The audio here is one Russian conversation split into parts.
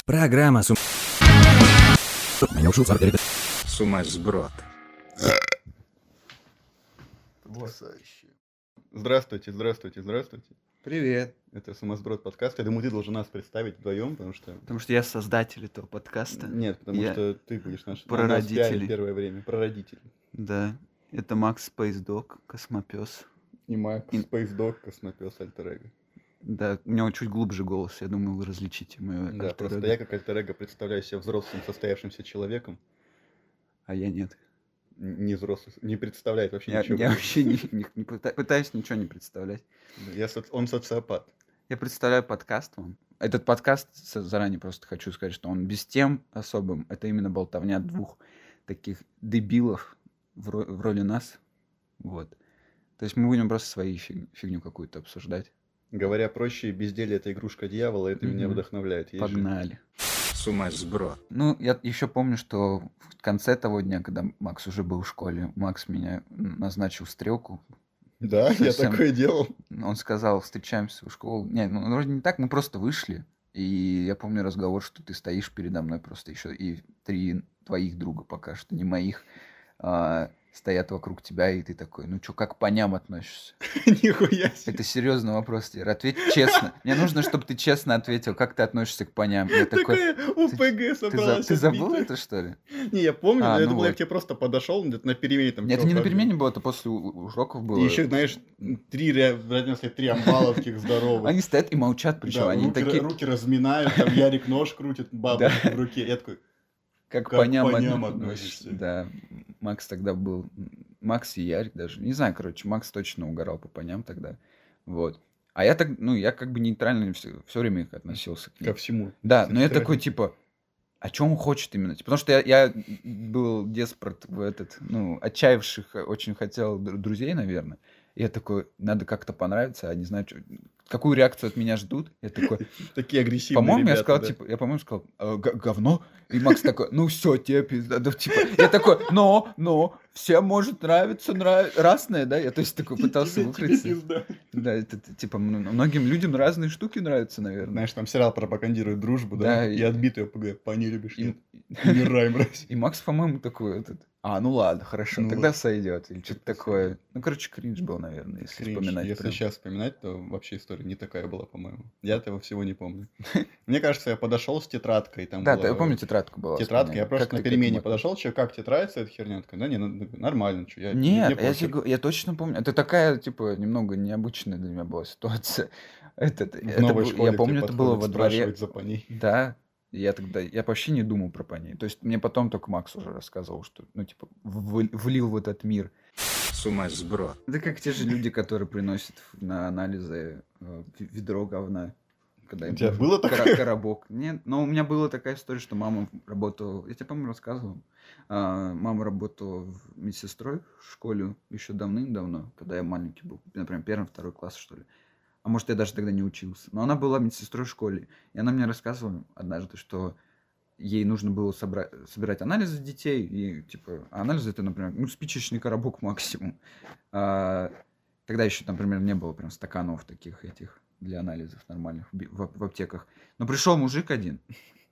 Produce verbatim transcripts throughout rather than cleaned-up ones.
Программа с... Меня ушел Сумасброд. Потрясающе. Здравствуйте, здравствуйте, здравствуйте. Привет. Это Сумасброд подкаст. Я думаю, ты должен нас представить вдвоем, потому что... Потому что я создатель этого подкаста. Нет, потому Я что ты будешь наш... прародитель. первое время. Прародитель. Да. Это Макс Space Dog, космопес. И Макс, И- Space Dog, космопес, альтер-эго. Да, у него чуть глубже голос, я думаю, вы различите мою Да, просто я как альтер-эго представляю себя взрослым, состоявшимся человеком. А я нет. Н- Не взрослый, не представляет вообще Я, ничего. я вообще не, не- не пыта- пытаюсь ничего не представлять. Я соци- Он социопат. Я представляю подкаст вам. Этот подкаст, с- заранее просто хочу сказать, что он без тем особым. Это именно болтовня двух таких дебилов в, ро- в роли нас. Вот. То есть мы будем просто свои фиг- фигню какую-то обсуждать. Говоря проще, безделье — это игрушка дьявола, это меня Мгм. вдохновляет. Есть же- Погнали. Сумасброд. Ну, я еще помню, что в конце того дня, когда Макс уже был в школе, Макс меня назначил стрелку. Да, я Совсем. такое делал. Он сказал, встречаемся в школу. Нет, ну вроде не так, мы просто вышли. И я помню разговор, что ты стоишь передо мной просто еще, и три твоих друга пока что, не моих, а, стоят вокруг тебя, и ты такой, ну что, как к парням относишься? Нихуя себе. Это серьезный вопрос, Тир. Ответь честно. Мне нужно, чтобы ты честно ответил, как ты относишься к парням. Я такой, Такая ОПГ ты, за- собралась. ты забыл отбить. это, что ли? Не, я помню, А, но я ну думал, я вот. к тебе просто подошел, где-то на перемене там. Нет, это чё, не на как перемене было, это после у- уроков бы. было. И еще, знаешь, три, ря- рядом стоят три амбаловских здоровых. Они стоят и молчат, причем Да, они руки, такие, руки разминают, там Ярик нож крутит, бабочку в руке. Я такой, как, как к парням к парням относишься. относишься. Да, Макс тогда был, Макс и Ярик даже, не знаю, короче, Макс точно угорал по парням тогда, вот. А я так, ну, я как бы нейтрально все, время их относился к ним. ко всему. Да, но я Нейтрально. такой, типа, о чем он хочет именно? Потому что я, я был деспорт в этот, ну, отчаявших очень хотел дру- друзей, наверное. И я такой, надо как-то понравиться, а не знаю, чё- какую реакцию от меня ждут. Я такой, Такие агрессивные по-моему, я ребята, сказал, да. типа, я, по-моему, сказал, «Э, г- говно. И Макс такой, ну все, тебе пизда. Да, типа, я такой, но, но, всем может нравиться, нрав... разное, да? Я, то есть, такой пытался Тебе- тебе выкрутиться. пизда. Да, это, т- типа, м- многим людям разные штуки нравятся, наверное. Знаешь, там сериал пропагандирует дружбу, да? Да, И и- отбитую ОПГ. По не любишь, И- нет? Умирай, мразь. И Макс, по-моему, такой этот. А, ну ладно, хорошо, Ну тогда вот. сойдет. Или что-то Это такое. Ну, короче, кринж был, наверное, если Кринж. вспоминать. Если прям. сейчас вспоминать, то вообще история не такая была, по-моему. Я этого всего не помню. Мне кажется, я подошел с тетрадкой. Там Да, была ты- я помню, тетрадка была. тетрадка. Я вспоминаю. просто Как на ты к перемене этому подошел, что как тетрадь, эта херня? Такая, да, не, ну, нормально. Чё, я, Нет, мне я, похер. тебе говорю, я точно помню. Это такая, типа, немного необычная для меня была ситуация. Этот, В это новой был- школе я к помню, тебе это было во подходят, дворе. спрашивают за парней. Да, я тогда, я вообще не думал про парней. То есть мне потом только Макс уже рассказывал, что, ну, типа, в- влил в этот мир. Сумасброд. Это как те же люди, которые приносят на анализы э, в- ведро говна. Когда У им тебя нужен было кора- такое? коробок. Нет, но у меня была такая история, что мама работала, я тебе, по-моему, рассказывал. А, мама работала в- медсестрой в школе еще давным-давно, когда я маленький был, например, первый, второй класс, что ли. А может, я даже тогда не учился. Но она была медсестрой в школе. И она мне рассказывала однажды, что ей нужно было собрать, собирать анализы детей. И, типа, а анализы это, например, ну, спичечный коробок максимум. А, тогда еще, например, не было прям стаканов таких этих для анализов нормальных в, би- в- в аптеках. Но пришел мужик один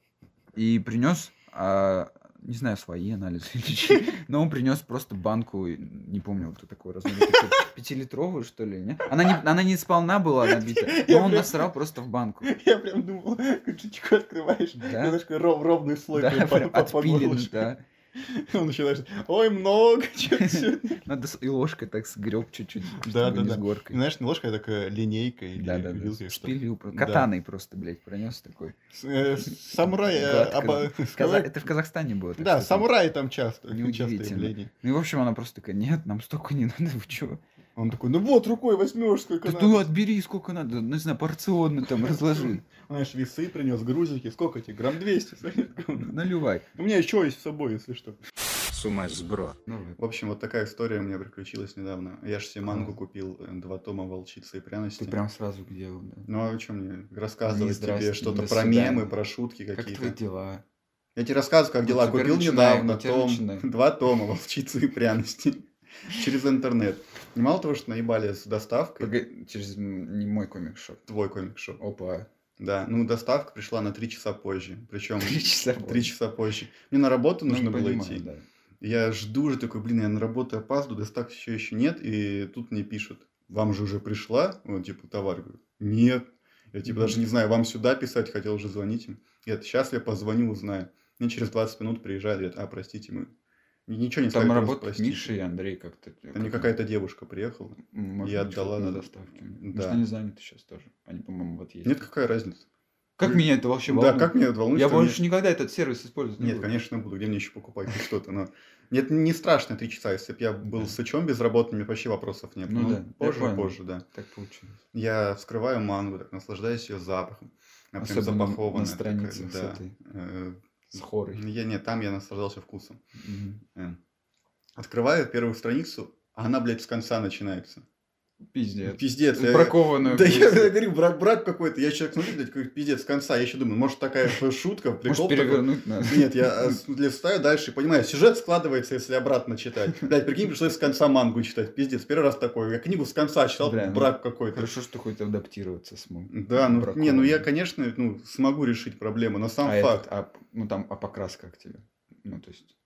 и принес, а, не знаю, свои анализы или чьи, но он принес просто банку, не помню, вот такой размер, такой пятилитровую, что ли, не? Она не, она не сполна была набита, но он насрал просто в банку. Я прям думал, крышечку открываешь, Да. знаешь, такой ров- ровный слой Да, прям по- прям по- по отпилен, горлышку. да. Он начинает, ой, много, чё-то сегодня. Надо с- и ложкой так сгреб чуть-чуть, Да, чтобы да, не да. с горкой. Знаешь, не ложка, а такая линейка или Да, да, да. вилкой, что-то. Спилил, про- Да. катаной просто, блядь, пронес такой. С- э, с- Самурай, э, Гладко. оба- Каза- сказать- Это в Казахстане было. так Да, что там самураи там часто, часто неудивительно. явление. Ну и, в общем, она просто такая, нет, нам столько не надо, вы чего? Он такой, ну вот, рукой возьмешь, сколько Да надо. ты отбери, сколько надо, не знаю, порционно там разложи. Знаешь, весы принес, грузики, сколько тебе, грамм двести? Наливай. У меня еще есть с собой, если что. Сумасброд. В общем, вот такая история у меня приключилась недавно. Я же себе мангу купил, э, два тома «Волчицы и пряности». Ты прям сразу где он, да? Ну а что мне рассказывать Не, здрасте, тебе что-то до про свидания. мемы, про шутки Как твои какие-то? дела? Я тебе рассказываю, как Ну, дела. теперь Купил начинаем, недавно ну, теперь том, начинаем. два тома «Волчицы и пряности» через интернет. И мало того, что наебали с доставкой, Погоди, через м, не мой комик-шоп. твой комик-шоп. Опа. Да, ну доставка пришла на три часа позже. Причем Три часа три позже. часа позже. Мне на работу Ну, нужно было понимаю, идти. да. Я жду уже такой, блин, я на работу опаздываю, доставки все еще нет. И тут мне пишут, вам же уже пришла, вот, типа, товар. Я говорю, нет. Я, типа, Мгм. даже не знаю, вам сюда писать, хотел уже звонить им. Нет, сейчас я позвоню, узнаю. Мне через двадцать минут приезжают, говорят, а, простите, мы и ничего не Там сказали, просто работают простите. Миша и Андрей как-то. Там как не они? какая-то девушка приехала М, и Может быть, отдала. на доставке. Может, Да. они заняты сейчас тоже. Они, по-моему, вот есть. Нет, какая разница? Как Вы- меня это вообще Да, волнует? как меня это волнует, Я что мне- больше никогда этот сервис использовать не Нет, буду. конечно, буду. Где мне еще покупать хоть что-то? Но... Нет, не страшно три часа. Если бы я был сычом безработным, мне вообще вопросов нет. Ну Ну, да, я позже, понял. позже, да. Так получилось. Я вскрываю мангу, так наслаждаюсь ее запахом. Она прям Особенно запахованная на такая, страницах с да. этой, Э, с хорой. Я, нет, там я наслаждался вкусом. Мгм. Э. Открываю первую страницу, а она, блядь, с конца начинается. Пиздец. Пиздец. я- Бракованную. Да я, просто. я говорю, брак, брак какой-то. Я человек смотрю, блядь, какой пиздец с конца. Я еще думаю, может такая шутка, прикол Может, такой. перевернуть надо. Нет, я э, с- листаю дальше и понимаю, сюжет складывается, если обратно читать. Блядь, прикинь, пришлось с конца мангу читать. Пиздец, первый раз такой. Я книгу с конца читал, Бля, ну, брак какой-то. Хорошо, что хоть адаптироваться смог. Да, ну, не, ну я, Бракованный. конечно, ну, смогу решить проблему, но сам А факт. этот, а, ну там, а покраска как тебе? Ну, то есть,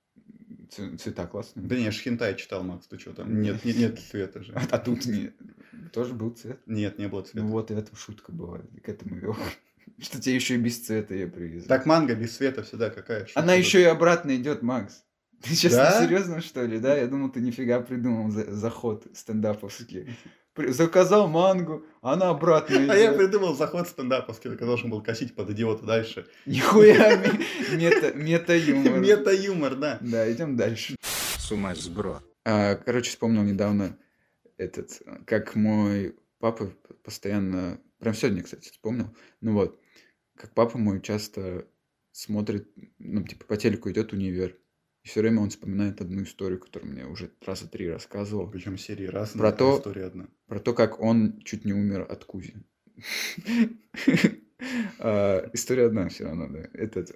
ц- цвета классные? Да не, я ж хентай читал, Макс, ты что там? Нет, нет, нет цвета же. А, а тут не, тоже был цвет? Нет, не было цвета. Ну вот, и в этом шутка была, и к этому вел. Что тебе еще и без цвета ее привезли. Так манга без цвета всегда какая шутка Она тут. еще и обратно идет, Макс. Ты сейчас Да? серьезно, что ли? Да, я думал, ты нифига придумал за- заход стендаповский. При- Заказал мангу, она обратно А я идет. придумал заход стендаповский, который должен был косить под идиота дальше. Нихуя, ме- мета, мета-юмор. Мета-юмор, да. Да, идем дальше. С ума сброд. А, короче, вспомнил недавно этот, как мой папа постоянно, прям сегодня, кстати, вспомнил, ну вот, как папа мой часто смотрит, ну, типа, по телеку идет «Универ», и все время он вспоминает одну историю, которую мне уже раза три рассказывал, Причем серии раз, Про но то- история одна. про то, как он чуть не умер от Кузи. А, История одна все равно, да. Этот,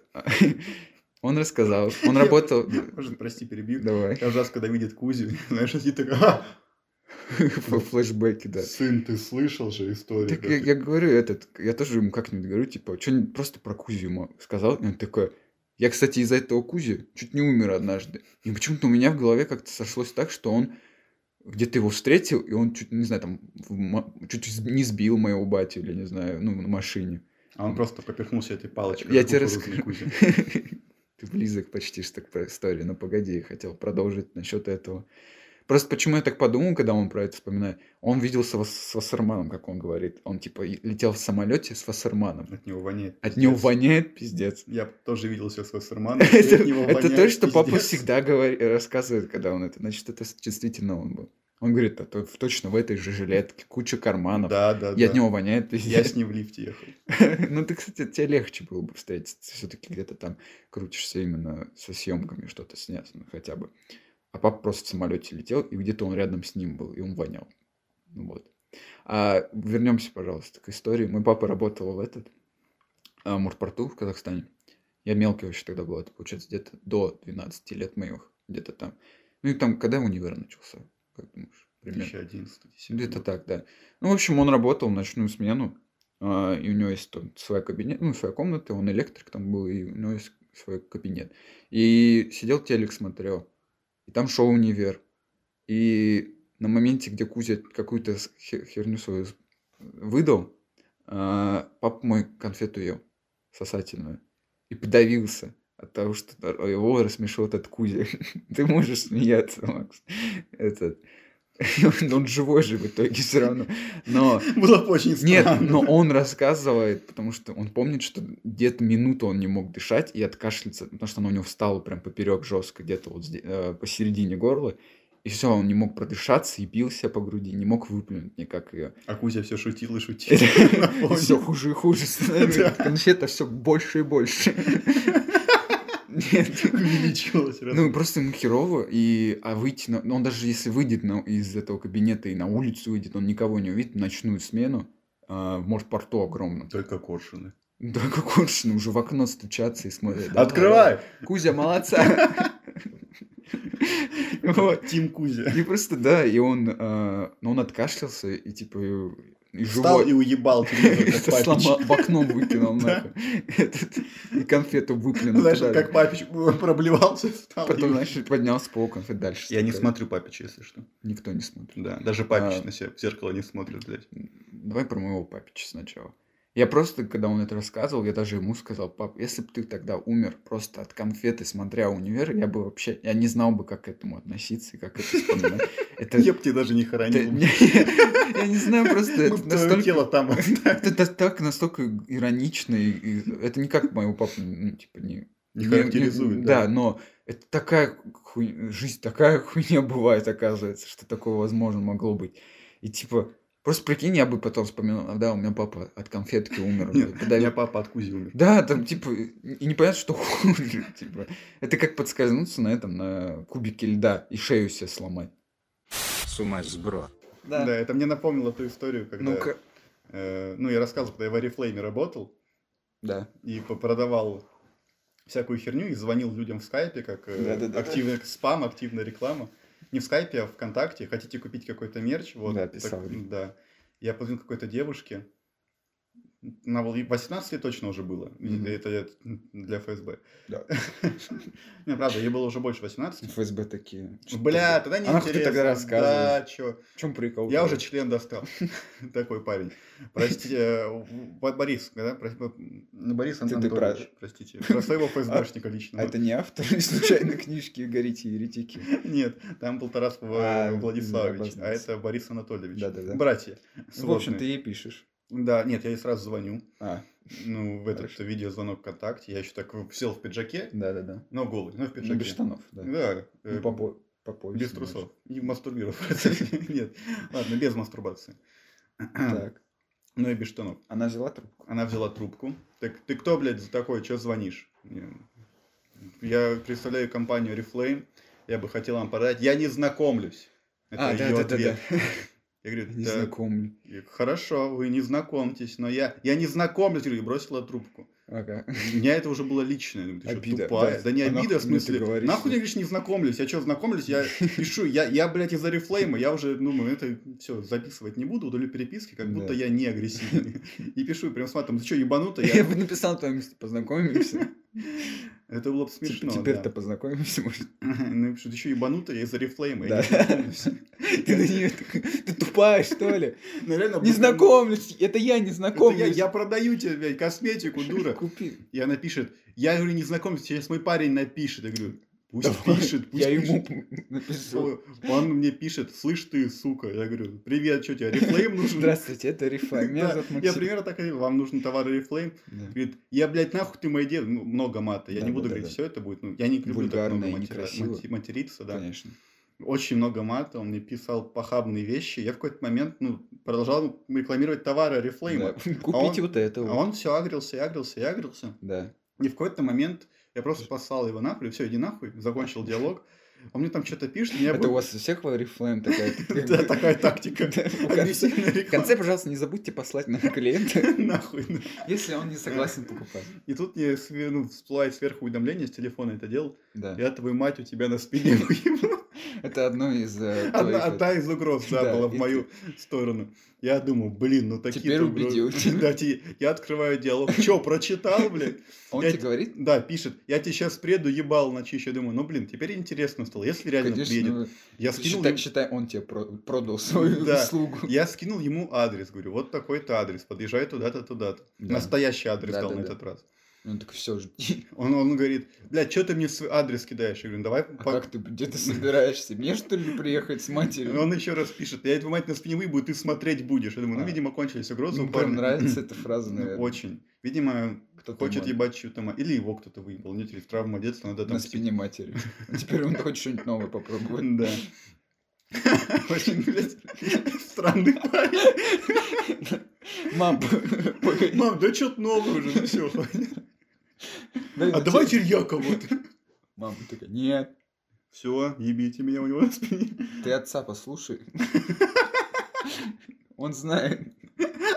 он рассказал, он работал... Может, прости, перебью. Давай. Каждый раз, когда видит Кузю, знаешь, сидит такой, а, Флэшбэки, да. сын, ты слышал же историю? Так я, я говорю, этот, я тоже ему как-нибудь говорю, типа, что-нибудь просто про Кузю ему сказал, и он такой, я, кстати, из-за этого Кузи чуть не умер однажды. И почему-то у меня в голове как-то сошлось так, что он где-то его встретил, и он чуть, не знаю, там, в мо- чуть не сбил моего батю, или, не знаю, ну, на машине. А он просто поперхнулся этой палочкой. Я как тебе кукурузный расскажу. Кузя. Ты близок почти что к истории, но погоди, я хотел продолжить насчет этого. Просто почему я так подумал, когда он про это вспоминает. Он виделся вос- с Вассерманом, как он говорит. Он типа и- летел в самолете с Вассерманом. От него воняет. От него пиздец. воняет пиздец. Я тоже виделся с Вассерманом. Это, от него это то, воняет что папа пиздец. всегда говорит, рассказывает, когда он это. Значит, это действительно он был. Он говорит, а то точно в этой же жилетке куча карманов. Да, да, И от да. него воняет Я пиздец. с ним в лифте ехал. Ну, ты, кстати, тебе легче было бы встретиться. Все-таки где-то там крутишься именно со съемками, что-то снято ну, хотя бы. А папа просто в самолете летел, и где-то он рядом с ним был, и он вонял. Ну вот. А вернемся, пожалуйста, к истории. Мой папа работал в этот а, морпорту в Казахстане. Я мелкий вообще тогда был, это получается где-то до двенадцати лет моих, где-то там. Ну и там, когда универ начался, как думаешь? Примерно. две тысячи одиннадцатый Где-то так, да. Ну, в общем, он работал в ночную смену, а, и у него есть там своя кабинет, ну, своя комната, он электрик там был, и у него есть свой кабинет. И сидел телек смотрел, и там шел «Универ». И на моменте, где Кузя какую-то с- хе- херню свою с- выдал, а, папа мой конфету ел, сосательную, и подавился от того, что его рассмешил этот Кузя. Ты можешь смеяться, Макс. Этот... Он живой же в итоге все равно. Но Было бы очень нет, странно. но он рассказывает, потому что он помнит, что где-то минуту он не мог дышать и откашляться, потому что оно у него встало прям поперек жестко, где-то вот зде- э, посередине горла. И все, он не мог продышаться и бился по груди, не мог выплюнуть никак ее. А Кузя все шутил и шутил. на фоне. Все хуже и хуже становится. Конфета все больше и больше. Нет. Увеличилось. раз. Ну, просто ему херово, и, а выйти, на, ну, он даже если выйдет на- из этого кабинета и на улицу выйдет, он никого не увидит, ночную смену, а, в морпорту огромном. Только коршуны. Да, как он же, ну, уже в окно стучаться и смотрят. «Давай, Открывай! давай, Кузя, молодца! Вот. Тим Кузя. И просто, да, и он, а, ну, он откашлялся, и, типа, И Встал живот и уебал телевизор, как Папич. сломал, в окно выкинул нахуй. Этот, и конфету выплюнул Знаешь, туда. как Папич проблевался, встал. Потом, и- знаешь, поднял с полком и дальше. Я не стакан. смотрю Папича, если что. Никто не смотрит. Да, даже Папич А. на себя в зеркало не смотрит, блядь. Давай про моего папича сначала. Я просто, когда он это рассказывал, я даже ему сказал: пап, если бы ты тогда умер просто от конфеты, смотря «Универ», я бы вообще, я не знал бы, как к этому относиться и как это вспоминать. Это... Я бы тебя даже не это- хоронил. Я не знаю, просто Мы это б твое настолько... тело там оставили. Это так настолько иронично, и, и это никак моего папу, ну, типа, не... Не характеризует, Да, да. но это такая хуйня, жизнь такая хуйня бывает, оказывается, что такое возможно могло быть. И типа, просто прикинь, я бы потом вспоминал, а, да, у меня папа от конфетки умер. Нет, блядь, у подавил. меня папа от Кузи умер. Да, там, типа, и непонятно, что хуже, типа. Это как подскользнуться на этом, на кубике льда и шею себе сломать. Сумасброд. Да, это мне напомнило ту историю, когда... Ну-ка. э, ну, я рассказывал, когда я в Oriflame работал Да. и по- продавал всякую херню и звонил людям в скайпе, как э, Да-да-да. активный спам, активная реклама. Не в скайпе, а ВКонтакте. Хотите купить какой-то мерч? Вот, Да, так- писал. да. Я позвонил какой-то девушке. Она была- восемнадцать лет точно уже было. И Мгм. Это я для эф эс бэ. Да. Не, правда, ей было уже больше восемнадцати. эф эс бэ такие. Бля, тогда не А нахуй ты тогда рассказываешь? Да, чё. В чем прикол? Я уже член достал. Такой парень. Прости, э, Бо- Борис, да? Про- ну, Борис Ты- ты Анатольевич, про- простите. Про своего эф эс бэшника А личного. это не автор случайно книжки «Горите, еретики»? Нет, там был Тарас А, Владиславович, а обозначился. это Борис Анатольевич. Да-да-да. Братья. В общем, ты сводные. ей пишешь. Да, нет, я ей сразу звоню. А, Ну, в этот Хорошо. видеозвонок ВКонтакте. Я еще так сел в пиджаке, да-да-да. но голый, но в Ну, пиджаке. без штанов, да. Да. Ну, э, по, по, по поясу без немножко. трусов. И мастурбировал. Нет, ладно, без мастурбации. Так, Ну и без штанов. она взяла трубку. Она взяла трубку. Так ты кто, блядь, за такой? Че звонишь? Я представляю компанию Oriflame. Я бы хотел вам подать. Я не знакомлюсь. Это А, ее да-да-да-да. ответ. Я говорю, Не «Да, знакомлю. я- хорошо, вы не знакомьтесь, но я, я не знакомлюсь, говорю, и бросила трубку. Ага. У меня это уже было личное. Я думаю, ты что, Обида, тупая? да. Да, не А обида, нахуй в мне ты смысле, говоришь, нахуй что- я, говоришь, не знакомлюсь? Я что, знакомлюсь? Я пишу, я, я, блядь, из Oriflame, я уже, ну, это все записывать не буду, удалю переписки, как будто Да. я не агрессивный. И пишу, прям смотрим, ты что, ебануто? Я Я... бы написал на твоем месте, познакомимся. Это было бы Типа, смешно, Теперь-то да. познакомимся, может. Ну, я пишу, ты что, ебануто? Я из Oriflame, я Да. не знакомлюсь. Ты на неё такой, ты тупая, что ли? Ну, реально, Не буквально, знакомлюсь, это я не это я, знакомлюсь. я продаю тебе, блядь, косметику, дура. Купи. И она пишет, я говорю, не знакомлюсь, сейчас мой парень напишет. Я говорю, пусть Давай, пишет, пусть Я ему пишет. напишу. Он мне пишет, слышь ты, сука. Я говорю, привет, что тебе, Oriflame нужен? Здравствуйте, это Рифа. Меня Да, зовут я Максим. примерно так и говорил, вам нужен товар Oriflame. Да. Говорит, я, блядь, нахуй ты мои дед, ну, много мата. Я Да, не да, буду да, говорить, да. все это будет. Ну, я не люблю так Вульгарно много и матери- некрасиво. мати- материться, да. Конечно. Очень много мата, он мне писал похабные вещи. Я в какой-то момент, ну, продолжал рекламировать товары Oriflame. Да. А Купите он- вот это А вот. он все агрился, и агрился, и агрился. Да. И в какой-то момент я просто послал его нахуй, все, иди нахуй, закончил диалог. Он мне там что-то пишет, у меня Это был- у вас у всех в Oriflame такая? Да, такая тактика. Да, в конце- Агрессивная В реклама. конце, пожалуйста, не забудьте послать нам клиента, Нахуй. да. если он не согласен покупать. И тут мне све- ну, всплывает сверху уведомление с телефона это делал. Да. Я твою мать у тебя на спине выебу. Это одно из э, Одна, твоих, одна из угроз, да, Да, была в и мою сторону. Я думаю, блин, ну такие Теперь убедил тебя. Да, те- я открываю диалог. Че, прочитал, блядь? Он я тебе т- говорит? Да, пишет, я тебе сейчас приеду, ебал ночище. Я думаю, ну блин, теперь интересно стало. Если реально приедет. Конечно. Я скинул, Считай, ему- считай, он тебе про- продал свою Да. услугу. я скинул ему адрес, говорю, вот такой-то адрес, подъезжай туда-то, туда-то. Да. Настоящий адрес Да, дал да, на да. этот раз. Он такой, все, жди. Он, он говорит, блядь, что ты мне свой адрес кидаешь? Я говорю, давай... А по- как ты, где ты собираешься? Мне, что ли, приехать с матерью? Он еще раз пишет, я твою мать на спине выебу, ты смотреть будешь. Я думаю, ну, А. видимо, кончились угрозы у Ему прям парня. нравится эта фраза, Ну, наверное. очень. Видимо, Кто-то хочет мать. ебать чью-то мать. Или его кто-то выебал. Нет, или травма детства, надо На там... спине матери. А теперь он хочет что-нибудь новое попробовать. Да. Очень, блядь, странный парень. Мам, погоди. Мам, да что-то новое уже, ну все. дай А на давай тебя- теперь я кого-то. Мама такая, нет, Все, ебите меня у него на спине. ты отца послушай. Он знает.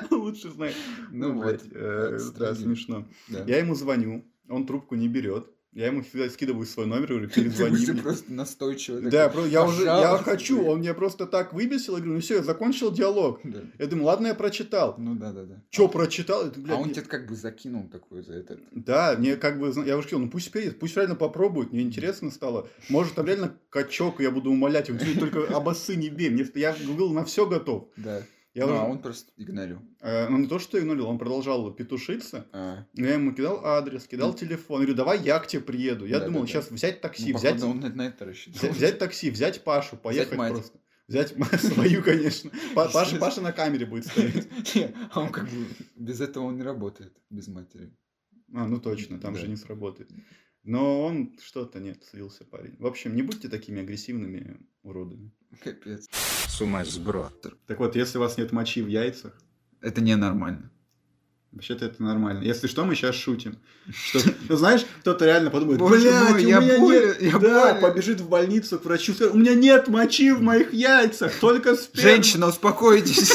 Лучше знает. Ну вот, блядь, э, да, отстрелил. смешно. Да. Я ему звоню, он трубку не берет. Я ему всегда скидываю свой номер, говорю, Ты перезвони уже мне. просто настойчиво. Да, такой, про- я уже, я «Пожалуйста». хочу, он меня просто так выбесил, я говорю, ну все, я закончил диалог. Да. Я думаю, ладно, я прочитал. Ну да, да, да. Че А- прочитал? Это, А блядь, он не- тебе как бы закинул такой за это. Да, мне как бы, зна- я уже говорил, ну пусть перейдет, пусть реально попробует, мне интересно стало. Может, там реально качок, я буду умолять, его, «Ты только обоссы не бей. Мне, я был на все готов. Да. Я ну, уже- а он просто игнорил. Э, ну, не то, что игнорил, он продолжал петушиться. А, Но я ему кидал адрес, кидал Ну. телефон. Говорю, давай я к тебе приеду. Я Да, думал, да, да. сейчас взять такси, ну, взять, походу, он на, на это рассчитывал. взять, взять такси, взять Пашу, поехать мать. просто. Взять свою, конечно. Па- Паша, Паша на камере будет стоять. Не, а он как бы без этого он не работает, без матери. А, ну точно, там Да. же не сработает. Но он что-то нет, слился парень. В общем, не будьте такими агрессивными уродами. Капец. С ума сброд. Так вот, если у вас нет мочи в яйцах, Это ненормально. вообще-то это нормально. Если что, мы сейчас шутим. Что, ну, знаешь, кто-то реально подумает, Боже блядь, мой, у я меня болен, нет... я да, болен». побежит в больницу к врачу, скажет, у меня нет мочи в моих яйцах, только сперма. Женщина, успокойтесь.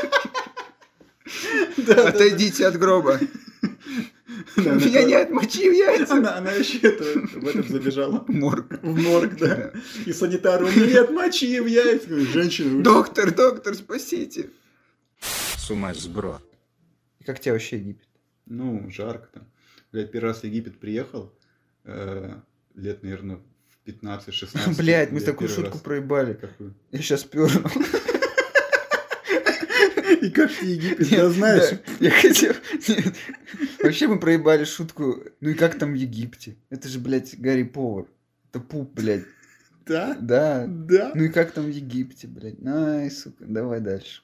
Да, да, Отойдите от гроба. да. У Да, меня да. нет мочи в яйцах. Она, она еще это, в этот забежала. Морг. В морг, да. И санитар, у меня нет мочи в яйцах. Говорю, женщина, вы Доктор, доктор, спасите. С ума сброд. Как тебе вообще Египет? Ну, жарко там. Блядь, первый раз в Египет приехал, э, лет, наверное, в пятнадцать-шестнадцать. Блять, мы Я такую первый шутку раз. проебали. Какую? Я сейчас перну. И как ты Египет, да знаешь? Да, я хотел... Нет. Вообще мы проебали шутку. Ну и как там в Египте? Это же, блядь, Гарри Повар. Это пуп, блядь. Да? Да. Да? Ну и как там в Египте, блядь? Ай, сука, давай дальше.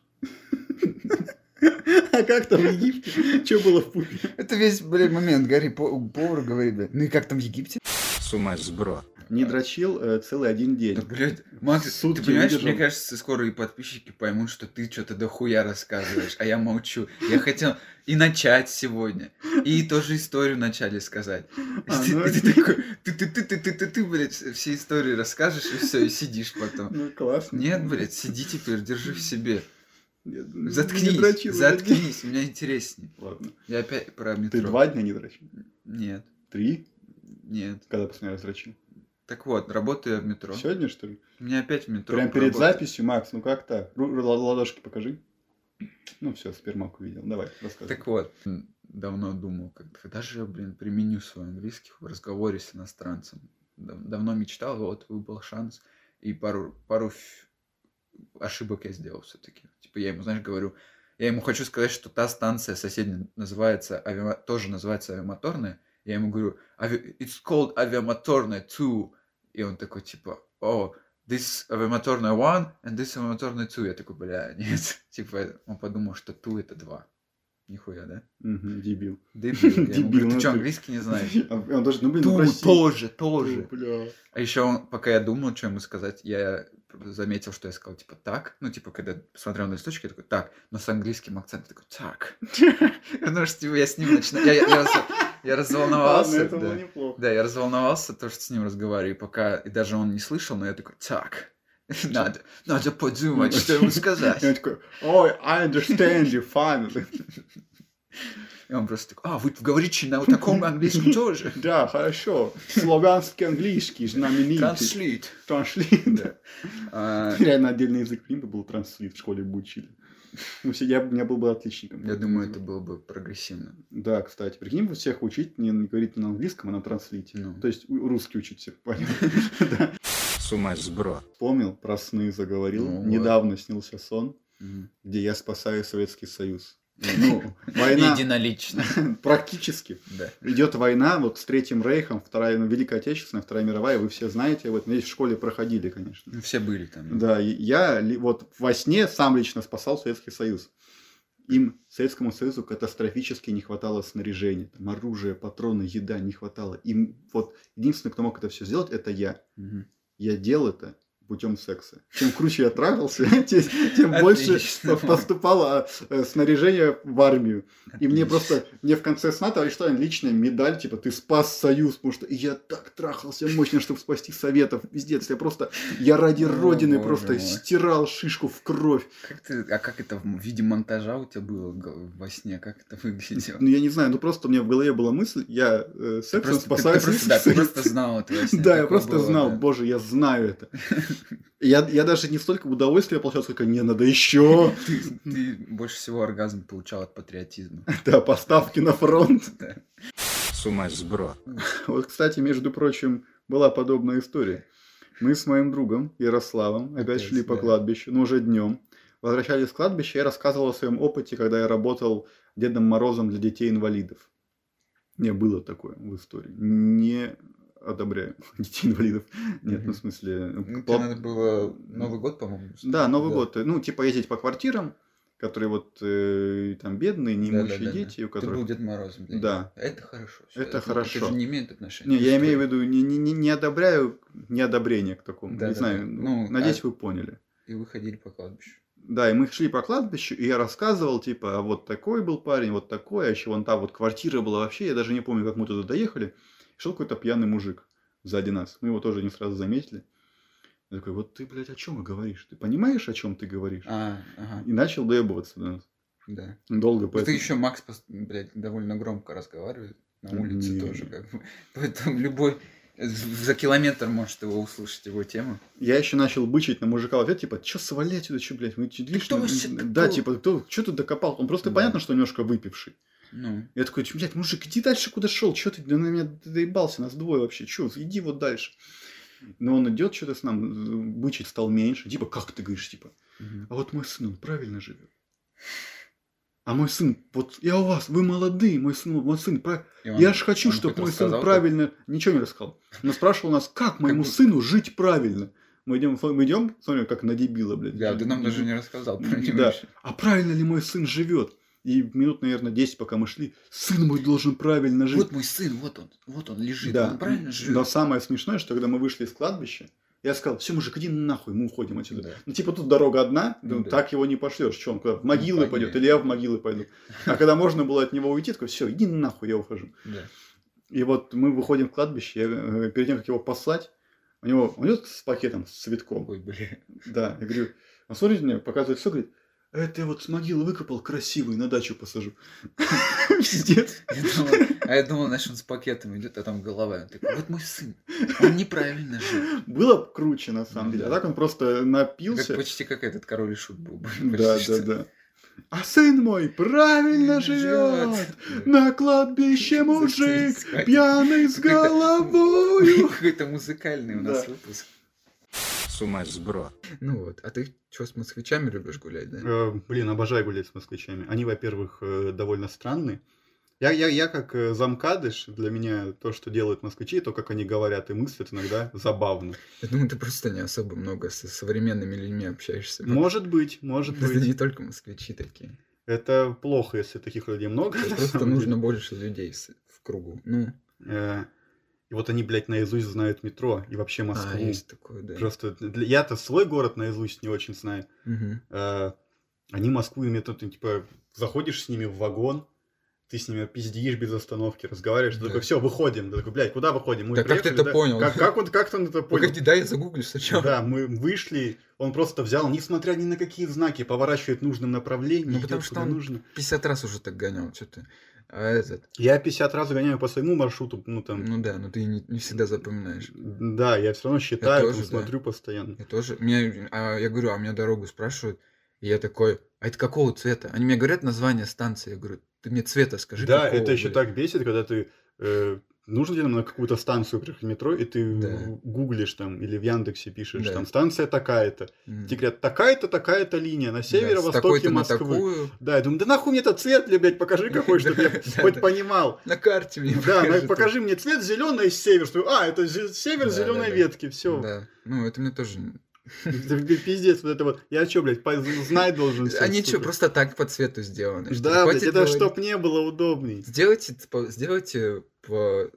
А как там в Египте? Что было в пупе? Это весь, блядь, момент. Гарри По- Повар говорит, блядь. Ну и как там в Египте? С ума сброд. Не дрочил э, целый один день. Да, блядь, Макс, Сутки ты понимаешь, выдержал. мне кажется, скоро и подписчики поймут, что ты что-то дохуя рассказываешь, а я молчу. Я хотел и начать сегодня, и тоже историю вначале сказать. А, И ты- ну и ты окей. такой, ты-ты-ты-ты-ты-ты, блядь, все истории расскажешь, и все, и сидишь потом. Ну, классно. Нет, блядь, сиди теперь, держи в себе. Нет, ну, не Заткнись, дрочил этот день. заткнись, мне интереснее. Ладно. Я опять про метро. Ты два дня не дрочил? Нет, Три? нет. Когда последний раз дрочил? Так вот, работаю я в метро. Сегодня, что ли? У меня опять в метро. Прям перед работа. записью, Макс, ну как так? Ру- ру- ладошки покажи. Ну все, спермак увидел. Давай, рассказывай. Так вот, м, давно думал, как- когда же я, блин, применю свой английский в разговоре с иностранцем. Дав- Давно мечтал, вот выпал шанс, и пару, пару ф- ошибок я сделал все-таки. Типа я ему, знаешь, говорю, я ему хочу сказать, что та станция соседняя называется, авиа- тоже называется авиамоторная. Я ему говорю, «Ави- it's called авиамоторная two. И он такой, типа, о, this авиамоторная one and this авиамоторная two. Я такой, бля, нет. Типа, он подумал, что two это два. Нихуя, да? Мгм, дебил. Дебил. Я ему Дебил, говорю, ну ты что, ты- английский не знаешь? А Он даже, ну блин, ну Ту, прости. тоже, тоже. Ту, бля. А еще он, пока я думал, что ему сказать, я заметил, что я сказал, типа, так. Ну, типа, когда посмотрел на листочки, я такой, так. Но с английским акцентом такой, так. Потому что, типа, я с ним начинаю... Я, я, я раз- я разволновался. Ладно, это да. было неплохо. Да, я разволновался, то, что с ним разговариваю, и пока... И даже он не слышал, но я такой, так. Надо, надо подумать, что ему И сказать. он такой, ой, I understand you, fine. И он просто такой, а, вы говорите на таком английском тоже? Да, хорошо. Славянский английский, знаменитый. Транслит. Транслит. Да. А, Реально отдельный язык прим был транслит, в школе бы учили. Ну, все, я, я был бы отличником. Я думаю, это было бы прогрессивно. Да, кстати, прикинь, вы всех учить не, не говорить на английском, а на транслите. Ну. То есть у- русский учить всех, понял? Да. С ума сброд. Вспомнил, про сны заговорил. Ну, вот. Недавно снился сон, Мгм. где я спасаю Советский Союз. Ну, война Единолично. практически. Да. Идет война вот с Третьим Рейхом, Вторая, ну, Великая Отечественная, Вторая мировая, вы все знаете, вот надеюсь, в школе проходили, конечно. Ну, все были там. Да, и я ли- вот во сне сам лично спасал Советский Союз. Им, Советскому Союзу, катастрофически не хватало снаряжения, там, оружия, патроны, еда не хватало. Им вот единственный, кто мог это все сделать, это я. Мгм. Я делал это путем секса. Чем круче я трахался, тем, тем больше Отлично. поступало э, снаряжение в армию. И мне Отлично. просто, мне в конце сна, товарищ Сталин, личная медаль, типа, ты спас Союз, потому что я так трахался мощно, чтобы спасти Советов. Пиздец, я просто, я ради О, Родины боже просто мой. стирал шишку в кровь. Как ты, а как это в виде монтажа у тебя было г- во сне? Как это выглядело? Ну, я не знаю, ну просто у меня в голове была мысль, я э, Ты сексом просто, ты- спасаю ты просто, да, ты Союз. просто знал это во сне. Да, я Такое просто было, знал, да. боже, я знаю это. Я, я даже не столько удовольствия получал, сколько не надо еще. Ты, ты больше всего оргазм получал от патриотизма. Да, поставки на фронт. Да. С ума сбро. Вот, кстати, между прочим, была подобная история. Мы с моим другом Ярославом опять Опять, шли по да. кладбищу, но уже днем. Возвращались с кладбища, я рассказывал о своем опыте, когда я работал Дедом Морозом для детей-инвалидов. Не было такое в истории. Не одобряю детей-инвалидов. Нет, ну в смысле... Ну, по- тебе надо было Новый год, по-моему. Да, Новый год. Ну, типа ездить по квартирам, которые вот э, там бедные, неимущие Да-да-да-да. дети, у Ты был которых... Дед Морозом для Да. них. Это хорошо. Это Это хорошо. Это же не имеет отношения. Не, к я имею в истории. виду, не, не, не- не одобряю неодобрение к такому. Да, не да, знаю, да. ну, Ну, надеюсь, а- вы поняли. И вы ходили по кладбищу. Да, и мы шли по кладбищу, и я рассказывал, типа, а вот такой был парень, вот такой, а еще вон та вот квартира была вообще, я даже не помню, как мы туда доехали. Шел какой-то пьяный мужик сзади нас, мы его тоже не сразу заметили. Я такой, вот ты, блядь, о чем ты говоришь? Ты понимаешь, о чем ты говоришь? А, ага, И начал доебываться до нас. да. Долго, Ну, ты поэтому... еще Макс, пос- блядь, довольно громко разговаривает на улице Не. тоже, как бы. Поэтому любой за километр может его услышать, его тему. Я еще начал бычить на мужика в ответ, типа, чё свали отсюда, чё, блядь, вы чё, видишь, кто ну, вообще да, кто? типа, кто, чё тут докопал? Он просто Да. понятно, что немножко выпивший. Ну, Я такой, блядь, мужик, иди дальше, куда шел, чё ты, да на меня доебался, нас двое вообще, чё, иди вот дальше. Но он идет что-то с нам, бычить стал меньше, типа, как ты говоришь, типа, мгм. а вот мой сын, он правильно живет. А мой сын, вот я у вас, вы молодые, мой сын, мой сын, прав- И он- я же хочу, он чтобы хоть мой рассказал, сын как- правильно, ничего не рассказал. Но спрашивал нас, как моему бы- сыну жить правильно. Мы идем, мы идем, смотрим, как на дебила, блядь. Да, ты нам даже не рассказал про него Да. ещё. А правильно ли мой сын живет? И минут, наверное, десять, пока мы шли, сын мой должен правильно жить. Вот мой сын, вот он, вот он лежит, Да. он правильно живет. Но самое смешное, что когда мы вышли из кладбища, я сказал, все, мужик, иди нахуй, мы уходим отсюда. Да. Ну, типа, тут дорога одна, Ну, ну, да. так его не пошлешь. Что он куда? В могилы Ну, пойдет, понятно. или я в могилы пойду. А когда можно было от него уйти, такой, все, иди нахуй, я ухожу. Да. И вот мы выходим в кладбище, я, э, перед тем, как его послать, у него, он идет с пакетом, с цветком. Ой, бля. Да, я говорю, он смотрит на меня, показывает все, говорит, это я вот с могилы выкопал красивый, на дачу посажу. Пиздец. Я думал- а я думал, знаешь, он с пакетом идет, а там голова. Он такой, вот мой сын, он неправильно жил. Было б круче, на самом Ну деле. А да. так он просто Как, напился. почти как этот король и шут был. Да, Почти да, что. да. А сын мой правильно Живёт. живет. На кладбище мужик, Запись. пьяный с Какой-то- головою. Какой-то музыкальный у нас Да. выпуск. С ума сбро. Ну вот, а ты что, с москвичами любишь гулять, да? Э, Блин, обожаю гулять с москвичами. Они, во-первых, э, довольно странные. Я, я, я как э, замкадыш, для меня то, что делают москвичи, то, как они говорят и мыслят, иногда забавно. Я думаю, ты просто не особо много со современными людьми общаешься. Может быть, может Это быть. не только москвичи такие. Это плохо, если таких людей много. на Просто самом нужно деле. больше людей с- в кругу. Ну, Э, И вот они, блядь, наизусть знают метро и вообще а, Москву. есть такое, да. Просто для- я-то свой город наизусть не очень знаю. Мгм. Э, Они Москву и метро, ты, типа, заходишь с ними в вагон, ты с ними пиздишь без остановки, разговариваешь, ты Да. такой, все, выходим. Ты такой, блядь, куда выходим? Мы Да как ты приехали, это понял? Как, как, он, как он это понял? Погоди, дай я загуглю сначала. Да, мы вышли, он просто взял, несмотря ни на какие знаки, поворачивает в нужном направлении, Ну, идет потому что куда он нужно. пятьдесят раз уже так гонял, что ты. А этот, Я пятьдесят раз гоняю по своему маршруту, ну там, ну да, но ты не, не всегда запоминаешь. да, я все равно считаю, тоже, там, да. смотрю постоянно. Я тоже. Меня, а, я говорю, а меня дорогу спрашивают, и я такой, а это какого цвета? Они мне говорят название станции, я говорю, ты мне цвета скажи, Да, какого, это еще блядь?» так бесит, когда ты э, нужно тебе на какую-то станцию приехать в метро, и ты Да. гуглишь там или в Яндексе пишешь, Да. там станция такая-то. М. Тебе говорят, такая-то, такая-то линия на Да, с северо-востоке такой-то на Москвы. такую. Да, я думаю, да нахуй мне этот цвет, блядь, покажи какой, чтобы я Да, хоть да. понимал. На карте мне Да, покажи на- покажи мне цвет зеленый север, что а, это зе- север Да, зеленой да, да. ветки, все. Да, ну это мне тоже... Пиздец, вот это вот. Я что, блядь, по- знать должен всё, Они что, сука? просто так по цвету сделаны? что ли? Да, блядь, Хватит это говорить. чтоб не было удобней. Сделайте, по- сделайте по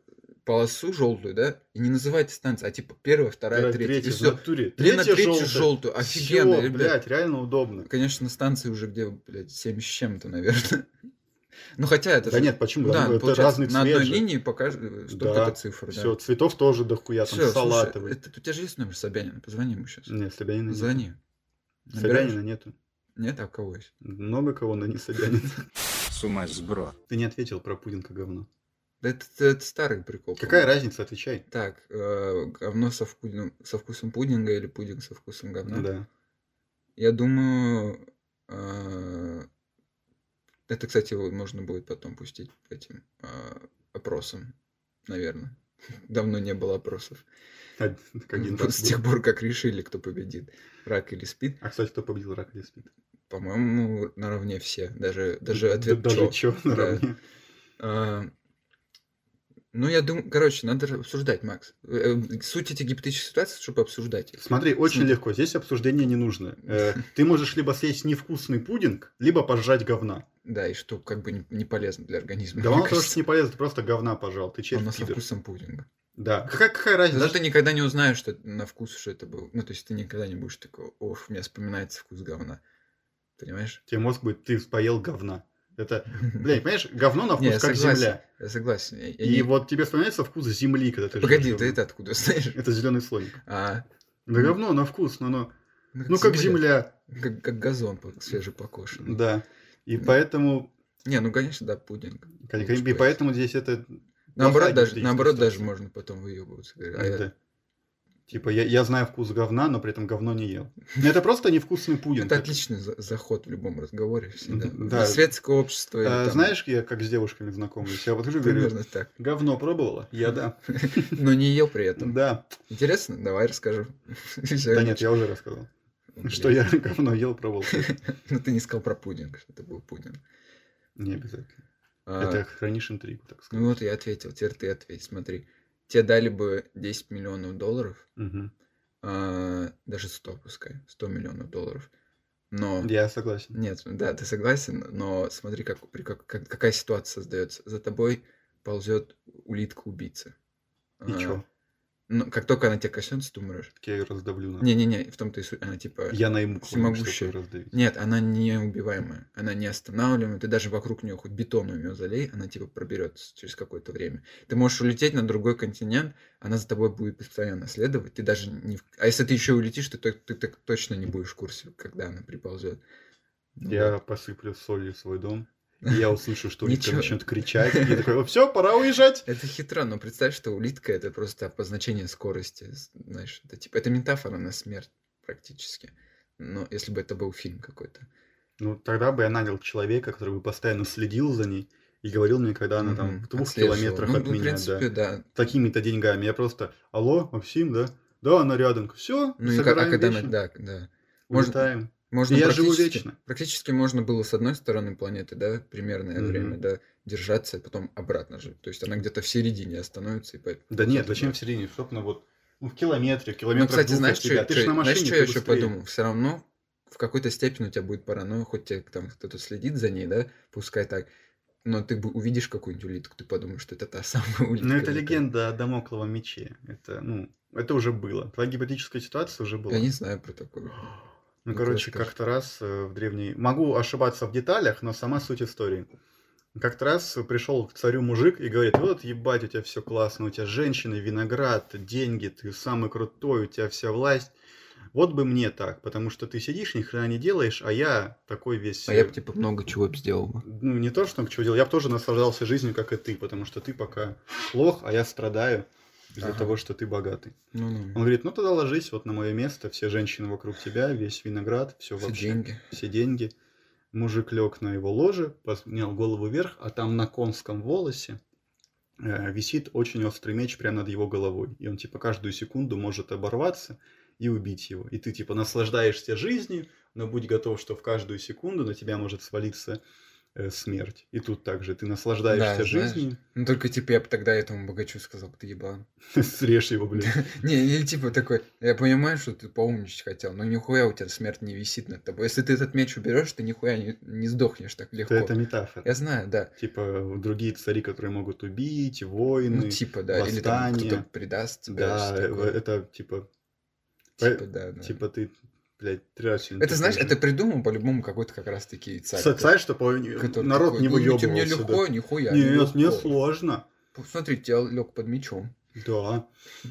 полосу желтую, да, и не называйте станцию, а типа первая, вторая, Вторая, третья. И третья, в все. натуре. Или на Третья третью желтая. желтую. Офигенно, Всё, ребят. блядь, реально удобно. Конечно, на станции уже где, блядь, семь с чем-то, наверное. Ну, хотя это Да же... нет, почему? Да, Там это получается, разный на цвет одной же. линии покажет столько-то цифр, Все, да. цветов тоже дохуя, там Всё, салатовый. слушай, это, у тебя же есть номер Собянина? Позвони ему сейчас. Нет, Собянина нет. Звони. Собянина нету. Нет, а у кого есть? Много кого, но не Собянина. С ума сброд. Ты не ответил про пудинг и говно. Да это, это старый прикол. Какая по-моему. разница, отвечай. Так, э, говно со, вкусом, со вкусом пудинга или пудинг со вкусом говна? Да. Я думаю, э, это, кстати, вот можно будет потом пустить этим э, опросом, наверное. Давно не было опросов. Од- так один Вот раз с был. тех пор, как решили, кто победит, рак или спид. А, кстати, кто победил, рак или спид? По-моему, наравне все. Даже, даже Д- ответ Даже чё. чё Да. наравне. А, Ну, я думаю, короче, надо обсуждать, Макс. Э, э, Суть этих гипотетических ситуаций, чтобы обсуждать их. Смотри, очень Смотри. легко. Здесь обсуждение не нужно. Э, Ты можешь либо съесть невкусный пудинг, либо пожрать говна. Да, и что как бы не, не полезно для организма. Да мне он тоже кажется. не полезно, ты просто говна пожал. Ты Он червь на со пидор. вкусом пудинга. Да. Какая, какая разница? Зато ты никогда не узнаешь, что на вкус, что это было. Ну, то есть ты никогда не будешь такой, ох, у меня вспоминается вкус говна. Понимаешь? Тебе мозг будет, ты поел говна. Это, блядь, понимаешь, говно на Не, вкус я как согласен. земля. Я согласен. Я- я И не- вот тебе вспоминается вкус земли, когда ты Погоди, жрёшь ты говно. это откуда знаешь? Это зеленый слоник. А, Да говно на вкус, но оно, ну, ну как земля. Как, как газон по- свежепокошенный. Да. И Да. поэтому, Не, ну, конечно, да, пудинг. и Лучше класть. поэтому здесь это... Наоборот, плохая даже, гипотетическая наоборот даже ситуация. можно потом выебываться. Говорю, а я- Да. Типа, я, я знаю вкус говна, но при этом говно не ел. Но это просто невкусный пудинг. Это отличный за- заход в любом разговоре всегда. Да. Светское общество. или А, там- знаешь, я как с девушками знакомлюсь, я подхожу и говорю, примерно так. говно пробовала? Я да. Но не ел при этом. Да. Интересно? Давай расскажу. Всё, Да нет, я уже рассказал. Блин. Что я говно ел, пробовал. Ну ты не сказал про пудинг, что это был пудинг. Не обязательно. А, Это хранишь интригу, так Ну сказать. вот я ответил, теперь ты ответь. Смотри, тебе дали бы десять миллионов долларов, Мгм. а, даже сто пускай, сто миллионов долларов. Но... Я согласен. Нет, да, ты согласен, но смотри, как, при как, как- какая ситуация создается. За тобой ползет улитка-убийца. И А, чё? Ну, как только она тебя коснется, ты умрешь. Так я ее раздавлю. на- Не-не-не, в том-то и суть. Она типа... Я найму кого-нибудь, всемогущая. чтобы её раздавить. Нет, она неубиваемая. Она не останавливаемая. Ты даже вокруг нее хоть бетоном ее залей, она типа проберется через какое-то время. Ты можешь улететь на другой континент, она за тобой будет постоянно следовать. Ты даже не... в- А если ты еще улетишь, ты, то- ты, так точно не будешь в курсе, когда она приползет. Ну Я да. посыплю солью свой дом, и я услышу, что улитка Ничего. начнет кричать. И я такой, все, пора уезжать. Это хитро, но представь, что улитка это просто обозначение скорости. с- Знаешь, это типа это метафора на смерть практически. Но если бы это был фильм какой-то. Ну, тогда бы я нанял человека, который бы постоянно следил за ней и говорил мне, когда она там Мгм, в двух отслеживал. километрах Ну, от в меня, принципе, да. да. Такими-то деньгами. Я просто, алло, Максим, да? Да, она рядом. Все, Ну и ка- а собираем когда она, вещи, да, да. Можно, улетаем. можно И я живу практически, вечно. практически можно было с одной стороны планеты, да, примерное Мгм. время, да, держаться, и потом обратно же. То есть она где-то в середине остановится и по- Да нет, ползёт зачем обратно. в середине? Чтоб на вот, ну, в километре, в Ну, километрах кстати, двух знаешь, от тебя. что, Ты ж на знаешь, машине, что ты я еще быстрее. подумал? Все равно в какой-то степени у тебя будет паранойя, хоть тебе там кто-то следит за ней, да, пускай так, но ты бы увидишь какую-нибудь улитку, ты подумаешь, что это та самая улитка. Ну, это какая-то. легенда о Дамокловом мече. Это, ну, это уже было. Твоя гипотетическая ситуация уже была. Я не знаю про такую. Ну, Ну-ка, короче, расскажи. как-то раз э, в древней... Могу ошибаться в деталях, но сама суть истории. Как-то раз пришел к царю мужик и говорит, вот, ебать, у тебя все классно, у тебя женщины, виноград, деньги, ты самый крутой, у тебя вся власть. Вот бы мне так, потому что ты сидишь, ни хрена не делаешь, а я такой весь... А я бы типа много чего бы сделал бы. Ну, не то, что много чего делал, я бы тоже наслаждался жизнью, как и ты, потому что ты пока плох, а я страдаю из-за Ага. того, что ты богатый. Ну-ну. Он говорит, ну тогда ложись вот на мое место, все женщины вокруг тебя, весь виноград, все Все вообще, деньги. все деньги. Мужик лег на его ложе, поднял голову вверх, а там на конском волосе э, висит очень острый меч прямо над его головой. И он типа каждую секунду может оборваться и убить его. И ты типа наслаждаешься жизнью, но будь готов, что в каждую секунду на тебя может свалиться э, смерть. И тут также ты наслаждаешься Да, знаешь. жизнью, Ну, только, типа, я бы тогда этому богачу сказал, ты еблан. срежь его, блядь. Не, или типа такой, я понимаю, что ты поумничать хотел, но нихуя у тебя смерть не висит над тобой. Если ты этот меч уберешь, ты нихуя не, не сдохнешь так легко. Это метафора. Я знаю, да. Типа другие цари, которые могут убить, Ну, войны, типа, да. Или там восстания. кто-то предаст тебя. Да, что э, такое. это типа, Типа, да, да. типа ты, блядь, три раза сегодня Это, знаешь, такой это же. придумал по-любому какой-то как раз-таки царь. Ц- Царь, чтобы который народ такой, не «Думаете, мне выебывался. легко, Да. нихуя. Нет, мне легко. сложно. Посмотрите, я лег под мечом. Да.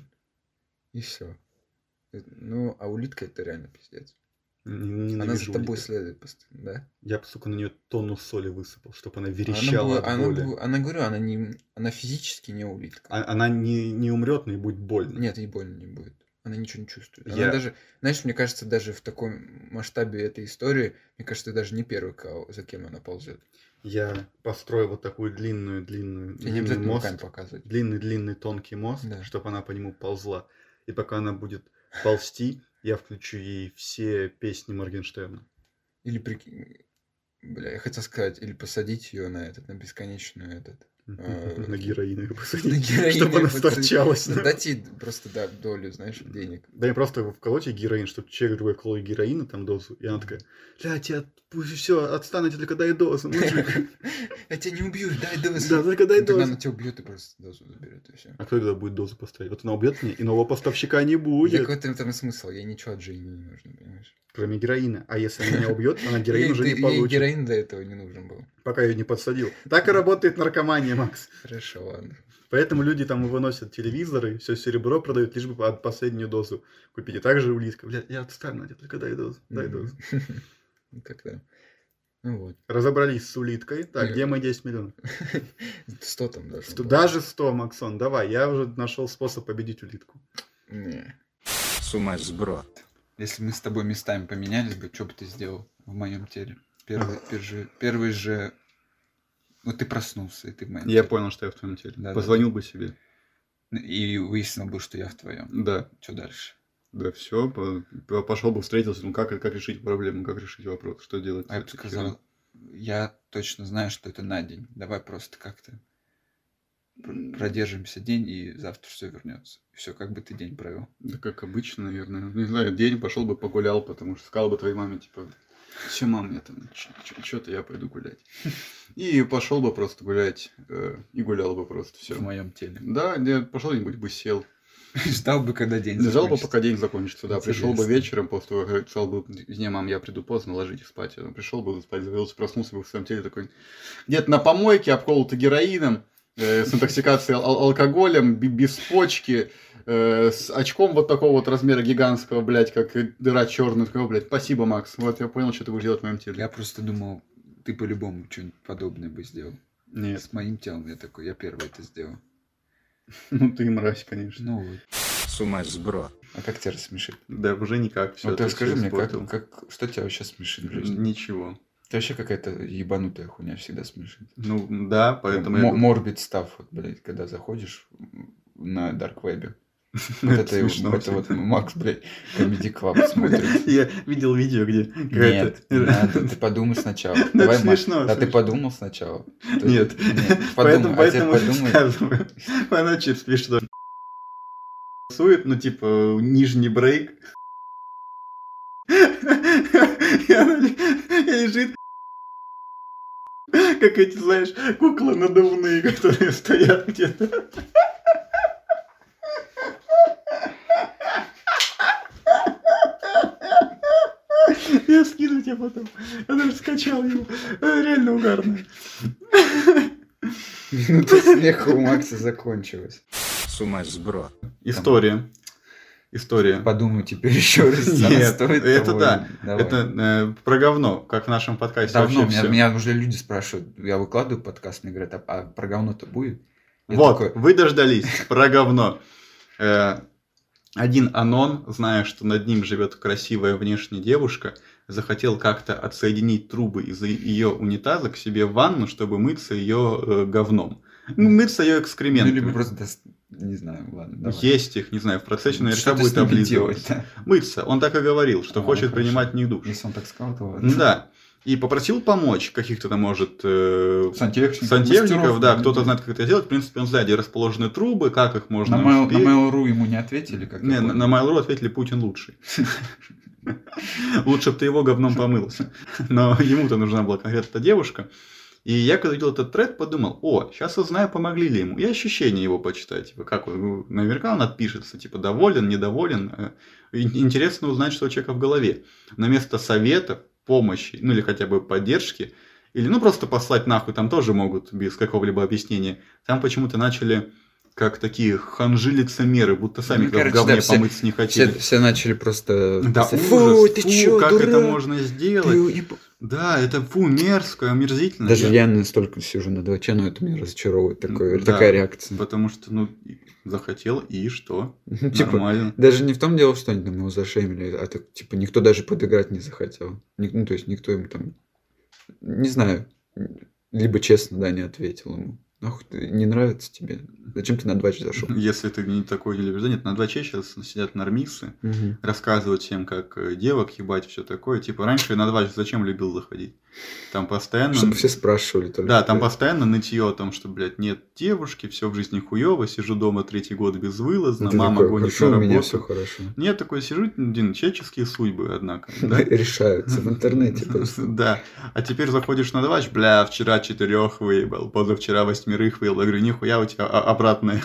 И все. Ну, а улитка это реально пиздец. Н- Она Ненавижу за тобой улиток. следует постоянно, да? Я бы, сука, на нее тонну соли высыпал, чтобы она Она, верещала бу- от она, боли. бу- она, говорю, она не, она физически не улитка. А- Она не, не умрет, но и будет больно. Нет, ей больно не будет. Она ничего не чувствует. Она Я- даже, знаешь, мне кажется, даже в таком масштабе этой истории, мне кажется, ты даже не первый, кого- за кем она ползет. Я построю вот такую длинную-длинную Тебе не длинный обязательно мост, руками показывать. длинный-длинный тонкий мост, Да. чтобы она по нему ползла. И пока она будет ползти, я включу ей все песни Моргенштерна. Или прикинь, бля, я хотел сказать, или посадить ее на этот, на бесконечную этот. А, На героин её на посадить, героин чтобы её она подсадить. сторчалась. Дать ей просто, да, долю, знаешь, денег. Да и просто вколоть ей героин, чтобы человек другой вколол ей героина, там дозу, и она такая, бля, тебя, все, отстань, я тебе только дай дозу, мужик. Я тебя не убью, дай дозу. Да, только дай Ну, Тогда дозу. она тебя убьет и просто дозу заберет, и все. А кто тогда будет дозу поставить? Вот она убьет меня, и нового поставщика не Так будет, в этом, этом и смысл, ей ничего от жизни не нужно, понимаешь? кроме героина. А если она меня убьет, она героин Ей- уже ты- не ей получит, героин для этого не нужен был. пока ее не подсадил. Так и работает наркомания, Макс. Хорошо, ладно. Поэтому люди там выносят телевизоры, все серебро продают, лишь бы под последнюю дозу купить. И также улитка. Блядь, я отстану, Надя, только дай дозу, дай дозу. Ну, как-то. Ну вот. Разобрались с улиткой. Так, Не. где мои десять миллионов? Сто там даже. Сто- было. Даже сто, Максон, давай. Я уже нашел способ победить улитку. Не. С ума сброд. Если мы с тобой местами поменялись бы, что бы ты сделал в моем теле? Первый, первый, первый же... Вот ты проснулся, и ты в моем Я теле. понял, что я в твоем теле. Да, Позвонил бы себе. И выяснил бы, что я в твоем. Да, Что дальше? да, все. Пошел бы встретился. Ну как, как решить проблему, как решить вопрос, что делать? А я с бы этой сказал, херней? я точно знаю, что это на день. Давай просто как-то пр- продержимся день, и завтра все вернется. Все, как бы ты день провел. Да как обычно, наверное. Не знаю, день пошел бы погулял, потому что сказал бы твоей маме, типа, все, мам, я там, что-то я пойду гулять. И пошел бы просто гулять, э, и гулял бы просто, все. В моем теле. Да, я пошел где-нибудь бы сел. Ждал бы, когда день Ждал бы, закончится. пока день закончится, да. Пришел бы Интересно. вечером, после того, как сказал бы, не, мам, я приду поздно, ложитесь спать. Я пришел бы спать, завелся, проснулся бы в своем теле такой, где-то на помойке, обколотый героином, э, с интоксикацией ал- алкоголем, би- без почки, э, с очком вот такого вот размера гигантского, блядь, как и дыра черная. Такой, блядь, спасибо, Макс. Вот я понял, что ты будешь делать в моем теле. Я просто думал, ты по-любому что-нибудь подобное бы сделал. Нет, С моим телом я такой, я первый это сделал. ну ты мразь, конечно. Ну вот. С ума сброд. А как тебя рассмешит? Да, уже никак. Всё, Вот ты ты расскажи всё мне, как, испортил. как, что тебя вообще смешит в жизни? Ничего. Ты вообще какая-то ебанутая хуйня всегда смешит. Ну, да, поэтому я... Мо- говорю, Морбид став, вот, блядь, когда заходишь на дарквебе. ну, Вот это, смешно это вот всегда. Макс, блядь, Comedy Club смотрит. Я видел видео, где Нет, какая-то... не надо, ты подумай сначала. Ну, Давай, это Макс, смешно, да ты смешно. подумал сначала. Ты- Нет. Нет, Поэтому, подумай, а теперь поэтому подумай. рассказываю. Она через пишет, что сует, ну, типа, нижний брейк. И она ли- и лежит, как эти, знаешь, куклы надувные, которые стоят где-то. Я скину тебе потом. Я даже скачал его. Э, Реально угарно. Минута смеха у Макса закончилась. С ума сброд. История. История. Подумай теперь еще раз. она Нет, стоит это того да. или- Давай. Это э, про говно, как в нашем подкасте. Давно, вообще меня, всё. меня уже люди спрашивают, я выкладываю подкаст, мне говорят, а, а про говно-то будет? Я Вот, такой, вы дождались про говно. Э, Один анон, зная, что над ним живет красивая внешняя девушка, захотел как-то отсоединить трубы из ее унитаза к себе в ванну, чтобы мыться ее э, говном. Ну, мыться ее ну, либо экскрементами. просто, дос- не знаю, ладно, давай. Есть их, не знаю, в процессе наверняка Что ты будет с ними облизывать. делать, да? Мыться. Он так и говорил, что А, хочет хорошо. принимать в них душ. Если он так сказал, то ладно. Да. и попросил помочь каких-то там, может, э, Сантехников, сантехников, мастеров, да, да, кто-то да. знает, как это делать. В принципе, он знает, где расположены трубы, как их можно На Mail- на успеть. Mail.ru ему не ответили? Как Не, я на, понял? на Mail.ru ответили: Путин лучший. Лучше бы ты его говном помылся. Но ему-то нужна была конкретно эта девушка. И я, когда видел этот тред, подумал: о, сейчас узнаю, помогли ли ему. И ощущения его почитать. Типа, как он, ну, наверняка он отпишется, типа, доволен, недоволен. Э, ин- Интересно узнать, что у человека в голове. Но вместо совета, помощи, ну или хотя бы поддержки, или ну просто послать нахуй, там тоже могут без какого-либо объяснения. Там почему-то начали как такие ханжи-лицемеры, будто сами Ну, как в короче, говне да, все- помыться не хотели. Все, все начали просто... Да, писать, ужас, фу, ты фу, чё, как дурак? это можно сделать? Ты еб-». Да, это фу, мерзко, омерзительно. Даже я настолько сижу на два но это меня разочаровывает, такое, Да, такая реакция. Потому что, ну, захотел, и что? Ну, типа, Нормально. даже не в том дело, что они там его зашемили, а так, типа, никто даже подыграть не захотел. Ник- Ну, то есть, никто ему там, не знаю, либо честно, да, не ответил ему. Нахуй, ты- не нравится тебе? Зачем ты на два зашел? Если ты не такой не любишь, да, нет, на два сейчас сидят нормисы, рассказывают всем, как э, девок ебать, все такое. Типа, раньше я на два зачем любил заходить? Там постоянно... Чтобы все спрашивали только. Да, там блядь. постоянно нытье о том, что, блядь, нет девушки, все в жизни хуево, сижу дома третий год безвылазно, Ну, ты мама такой, гонит хорошо, на у меня работу. все хорошо. Нет, такой сижу, один, человеческие судьбы, однако. Да? Решаются в интернете просто. Да. А теперь заходишь на двач, бля, вчера четырех выебал, позавчера восьмерых выебал. Я говорю: нихуя у тебя а- обратная,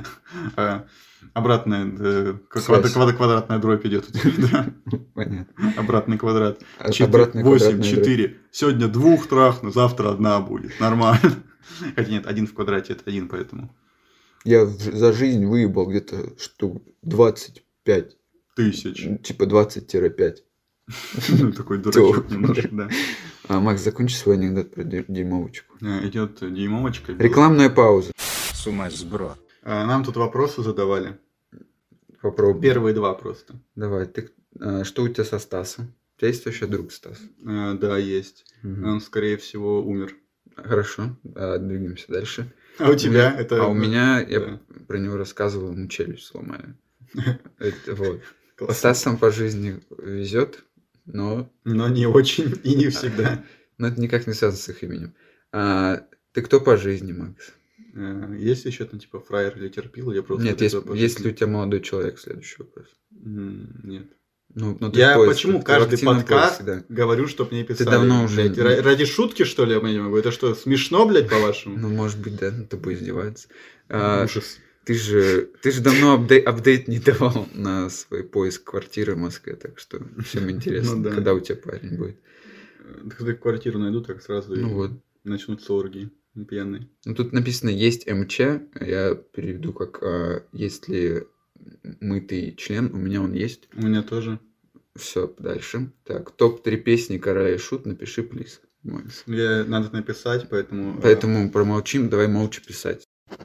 а, обратная, э, квад- Связь. квад- квадратная дробь идет у тебя, да. Понятно. Обратный квадрат. А- Четыре- обратная восемь, квадратная дробь. четыре. Сегодня двух трахну, завтра одна будет. Нормально. Хотя нет, один в квадрате это один, поэтому Я в- за жизнь выебал где-то штук двадцать пять. тысяч. Типа двадцать-пять. Ну, такой дурачок Тё. немножко, да. А, Макс, закончи свой анекдот про дю- дюймовочку. Э, Идет дюймовочка. Рекламная пауза. С ума сбро. А, Нам тут вопросы задавали. Попробуй. Первые два просто. Давай, ты, а, что у тебя со Стасом? У тебя есть вообще друг Стас? Э, Да, есть. Мгм. Он, скорее всего, умер. Хорошо, а, двигаемся дальше. А у тебя это... А у меня, я Да. про него рассказывал, ему челюсть сломали. Это вот. Классно. Стасом по жизни везет, но, Но не очень и не всегда. но это никак не связано с их именем. А, ты кто по жизни, Макс? Э, Есть еще там типа фраер или терпил? Я просто Нет, вот есть, это есть пошутил. ли у тебя молодой человек? Следующий вопрос. М, Нет. Ну, ну, ты в Я поиске, почему ты в каждый активном подкаст поиске, да. говорю, чтоб мне писали? давно уже Блядь, не- ра- ради шутки, что ли, я не могу? Это что, смешно, блядь, по-вашему? Ну, может быть, да, над тобой издеваются. А, Ужас. ты же, ты же давно апдей- апдейт не давал на свой поиск квартиры в Москве, так что всем интересно, Ну да. когда у тебя парень будет. Э, Когда квартиру найду, так сразу и Ну вот. начнутся оргии пьяные. Ну, тут написано «есть МЧ», я переведу как а, «есть ли мытый член», у меня он есть. У меня тоже. Все, дальше. Так, топ три песни Кара и Шут, напиши, плиз. Макс. Я, надо написать, поэтому... э, Поэтому промолчим, давай молча писать.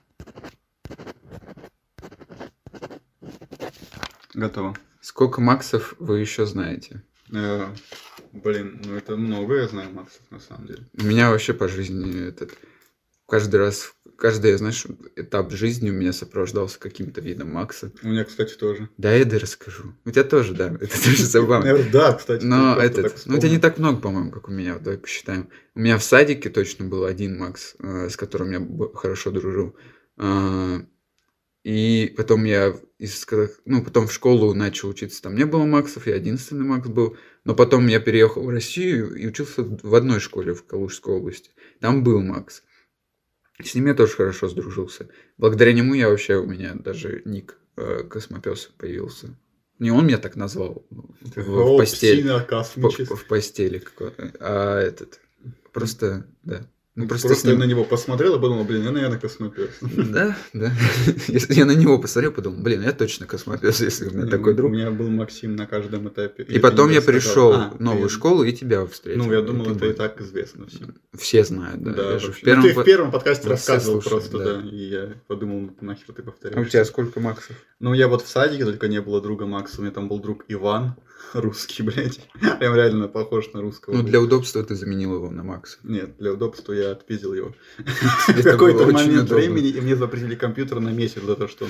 Готово. Сколько Максов вы еще знаете? Э, Блин, ну это много я знаю Максов, на самом деле. У меня вообще по жизни этот... Каждый раз, каждый, знаешь, этап жизни у меня сопровождался каким-то видом Макса. У меня, кстати, тоже. Да, я да расскажу. У тебя тоже, да, это тоже забавно. Наверное, да, кстати. Но ты просто этот, так ну у тебя не вспомнил. так много, по-моему, как у меня, вот давай посчитаем. У меня в садике точно был один Макс, э, с которым я б- хорошо дружил. А, И потом я из, ка- ну, потом в школу начал учиться, там не было Максов, я единственный Макс был. Но потом я переехал в Россию и учился в одной школе в Калужской области. Там был Макс. С ним я тоже хорошо сдружился. Благодаря нему я вообще, у меня даже ник э, Космопес появился. Не он меня так назвал в, в О, постели. псина В, космическая. в постели. какой- А этот... Просто, да. Ну, Просто, просто, с ним- на него посмотрел и подумал: блин, я, наверное, космопес. Да, да. Если я на него посмотрел, подумал, блин, я точно космопес, если у меня такой У друг. меня был Максим на каждом этапе. И потом я пришел А, в новую ты- школу и тебя встретил. Ну, я И думал, ты это и был. так известно всем. Все знают, да. Да, Я же в вообще. Ну, первом ты по- в первом подкасте вот все рассказывал слушают, просто, да. да. И я подумал, нахер ты повторяешь. А у тебя сколько Максов? Ну, я вот в садике только не было друга Макса. У меня там был друг Иван, русский, блядь. Прям реально похож на русского. Ну, был. для удобства ты заменил его на Макса. Нет, для удобства я отпиздил его. В Это какой-то было очень момент удобно. времени, и мне запретили компьютер на месяц за то, что он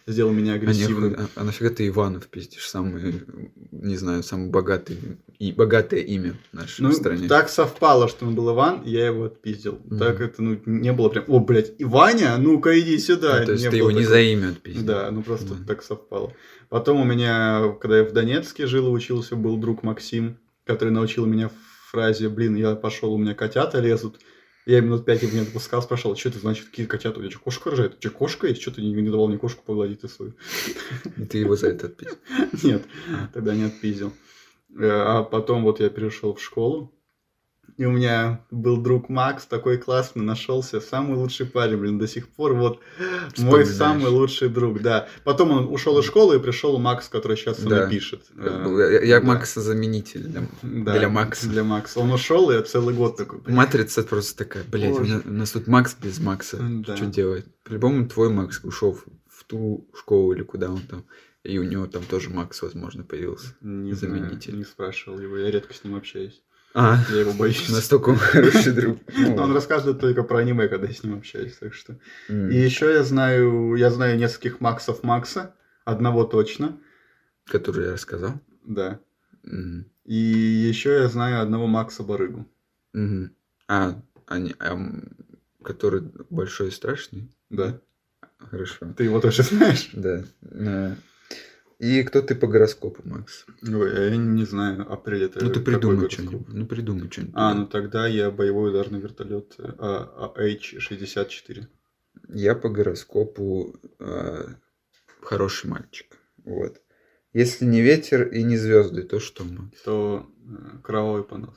сделал меня А, агрессивным. нихуя- а нафига ты Иванов пиздишь? Самый, не знаю, самый богатый и богатое имя в нашей Ну, стране. так совпало, что он был Иван, и я его отпиздил. Мгм. Так это, ну, не было прям, о, блядь, Иваня, ну-ка иди сюда. Ну, то есть Не ты было его не такого. за имя отпиздил. Да, ну просто Мгм. так совпало. Потом у меня, когда я в Донецке жил и учился, был друг Максим, который научил меня фразе, блин, я пошел, у меня котята лезут. Я минут пять его не отпускал, спрашивал, что это значит, какие котята? У тебя что, кошка рожает? У тебя кошка есть? Что ты не, не давал мне кошку погладить ты свою? И ты его за это отпиздил. Нет, тогда не отпиздил. Э, А потом вот я перешел в школу, и у меня был друг Макс, такой классный, нашелся, самый лучший парень, блин, до сих пор вот мой Вспоминаешь. самый лучший друг, да. Потом он ушел из школы, и пришел Макс, который сейчас со мной Да. пишет. Как Э, бы Я, я да. Макса заменитель для, Да, для Макса. Для Макса. Он ушел, и я целый год такой, блин, Матрица просто такая, блядь, у, Боже. нас, у нас тут Макс без Макса. Да. Что делать? По-любому твой Макс ушел в, в ту школу или куда он там. И у него там тоже Макс, возможно, появился. не знаю, заменитель. не спрашивал его, я редко с ним общаюсь. А, Я его боюсь. настолько он хороший друг. Ну, Но он рассказывает только про аниме, когда я с ним общаюсь, так что... м, И еще я знаю, я знаю нескольких Максов Макса, одного точно, Который я рассказал. да. Мгм. И еще я знаю одного Макса Барыгу. Мгм. А, они, а, м, который большой и страшный? Да. Хорошо. Ты его тоже знаешь? Да. А, И кто ты по гороскопу, Макс? Ой, я не знаю, апрель это Ну ты какой придумай гороскоп? что-нибудь. Ну придумай что-нибудь. А, ну тогда я боевой ударный вертолет а эйч шестьдесят четыре. Я по гороскопу а, хороший мальчик. Вот. Если не ветер и не звезды, то что, Макс? То э, кровавый понос.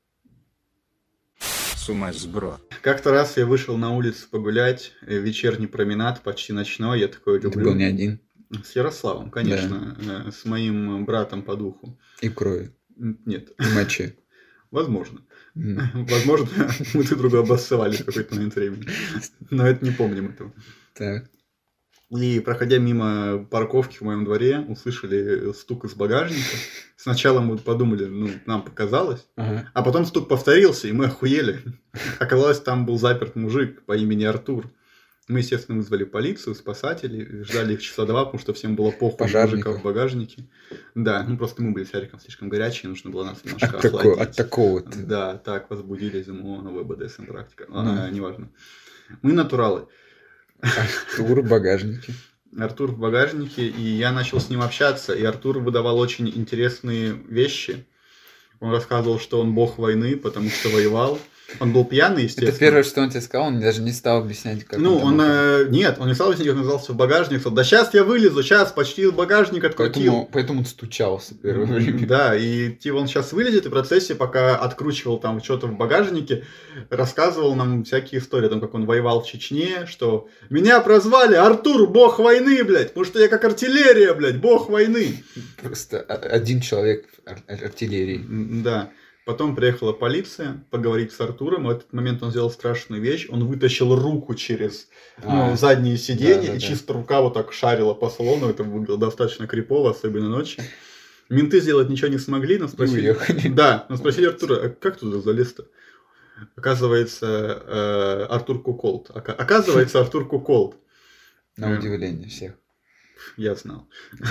Сумасброд. Как-то раз я вышел на улицу погулять, э, вечерний променад, почти ночной, я такой Ты люблю. был не один. С Ярославом, конечно, э, с моим братом по духу. И крови, Н- Нет, и мочи. возможно. М. Возможно, мы друг друга обоссывали в какой-то момент времени. Но это не помним этого. Так. И, проходя мимо парковки в моем дворе, услышали стук из багажника. Сначала мы подумали, ну, нам показалось. Ага. А потом стук повторился, и мы охуели. Оказалось, там был заперт мужик по имени Артур. Мы, естественно, вызвали полицию, спасателей, ждали их часа два, потому что всем было похуй на мужика Пожарников. в багажнике. Да, ну просто мы были с Яриком слишком горячие, нужно было нас немножко От, тако- охладить. от такого ты. Да, так возбудили зиму новая бэ дэ эс эм практика. Ну. А, неважно. Мы натуралы. Артур в багажнике. Артур в багажнике, и я начал с ним общаться, и Артур выдавал очень интересные вещи. Он рассказывал, что он бог войны, потому что воевал. Он был пьяный, естественно. Это первое, что он тебе сказал, он даже не стал объяснять, как Ну, там он, оказался. э, нет, он не стал объяснять, он оказался в багажнике, сказал, да сейчас я вылезу, сейчас почти багажник открутил. Поэтому, поэтому он стучался первое время. Да, и типа он сейчас вылезет, и в процессе, пока откручивал там что-то в багажнике, рассказывал нам всякие истории, там, как он воевал в Чечне, что меня прозвали Артур, бог войны, блядь, потому что я как артиллерия, блядь, бог войны. Просто о- один человек ар- ар- артиллерии. М, Да. Потом приехала полиция поговорить с Артуром. В этот момент он сделал страшную вещь. Он вытащил руку через ну, А, задние сиденья, да, да, и да. чисто рука вот так шарила по салону. Это выглядело достаточно крипово, особенно ночью. Менты сделать ничего не смогли, но спросили... уехали. Да, но спросили Артура, а как туда залез-то? Оказывается, э, Артур Куколд. Ока- Оказывается, Артур Куколд. На Э, удивление всех. Я знал.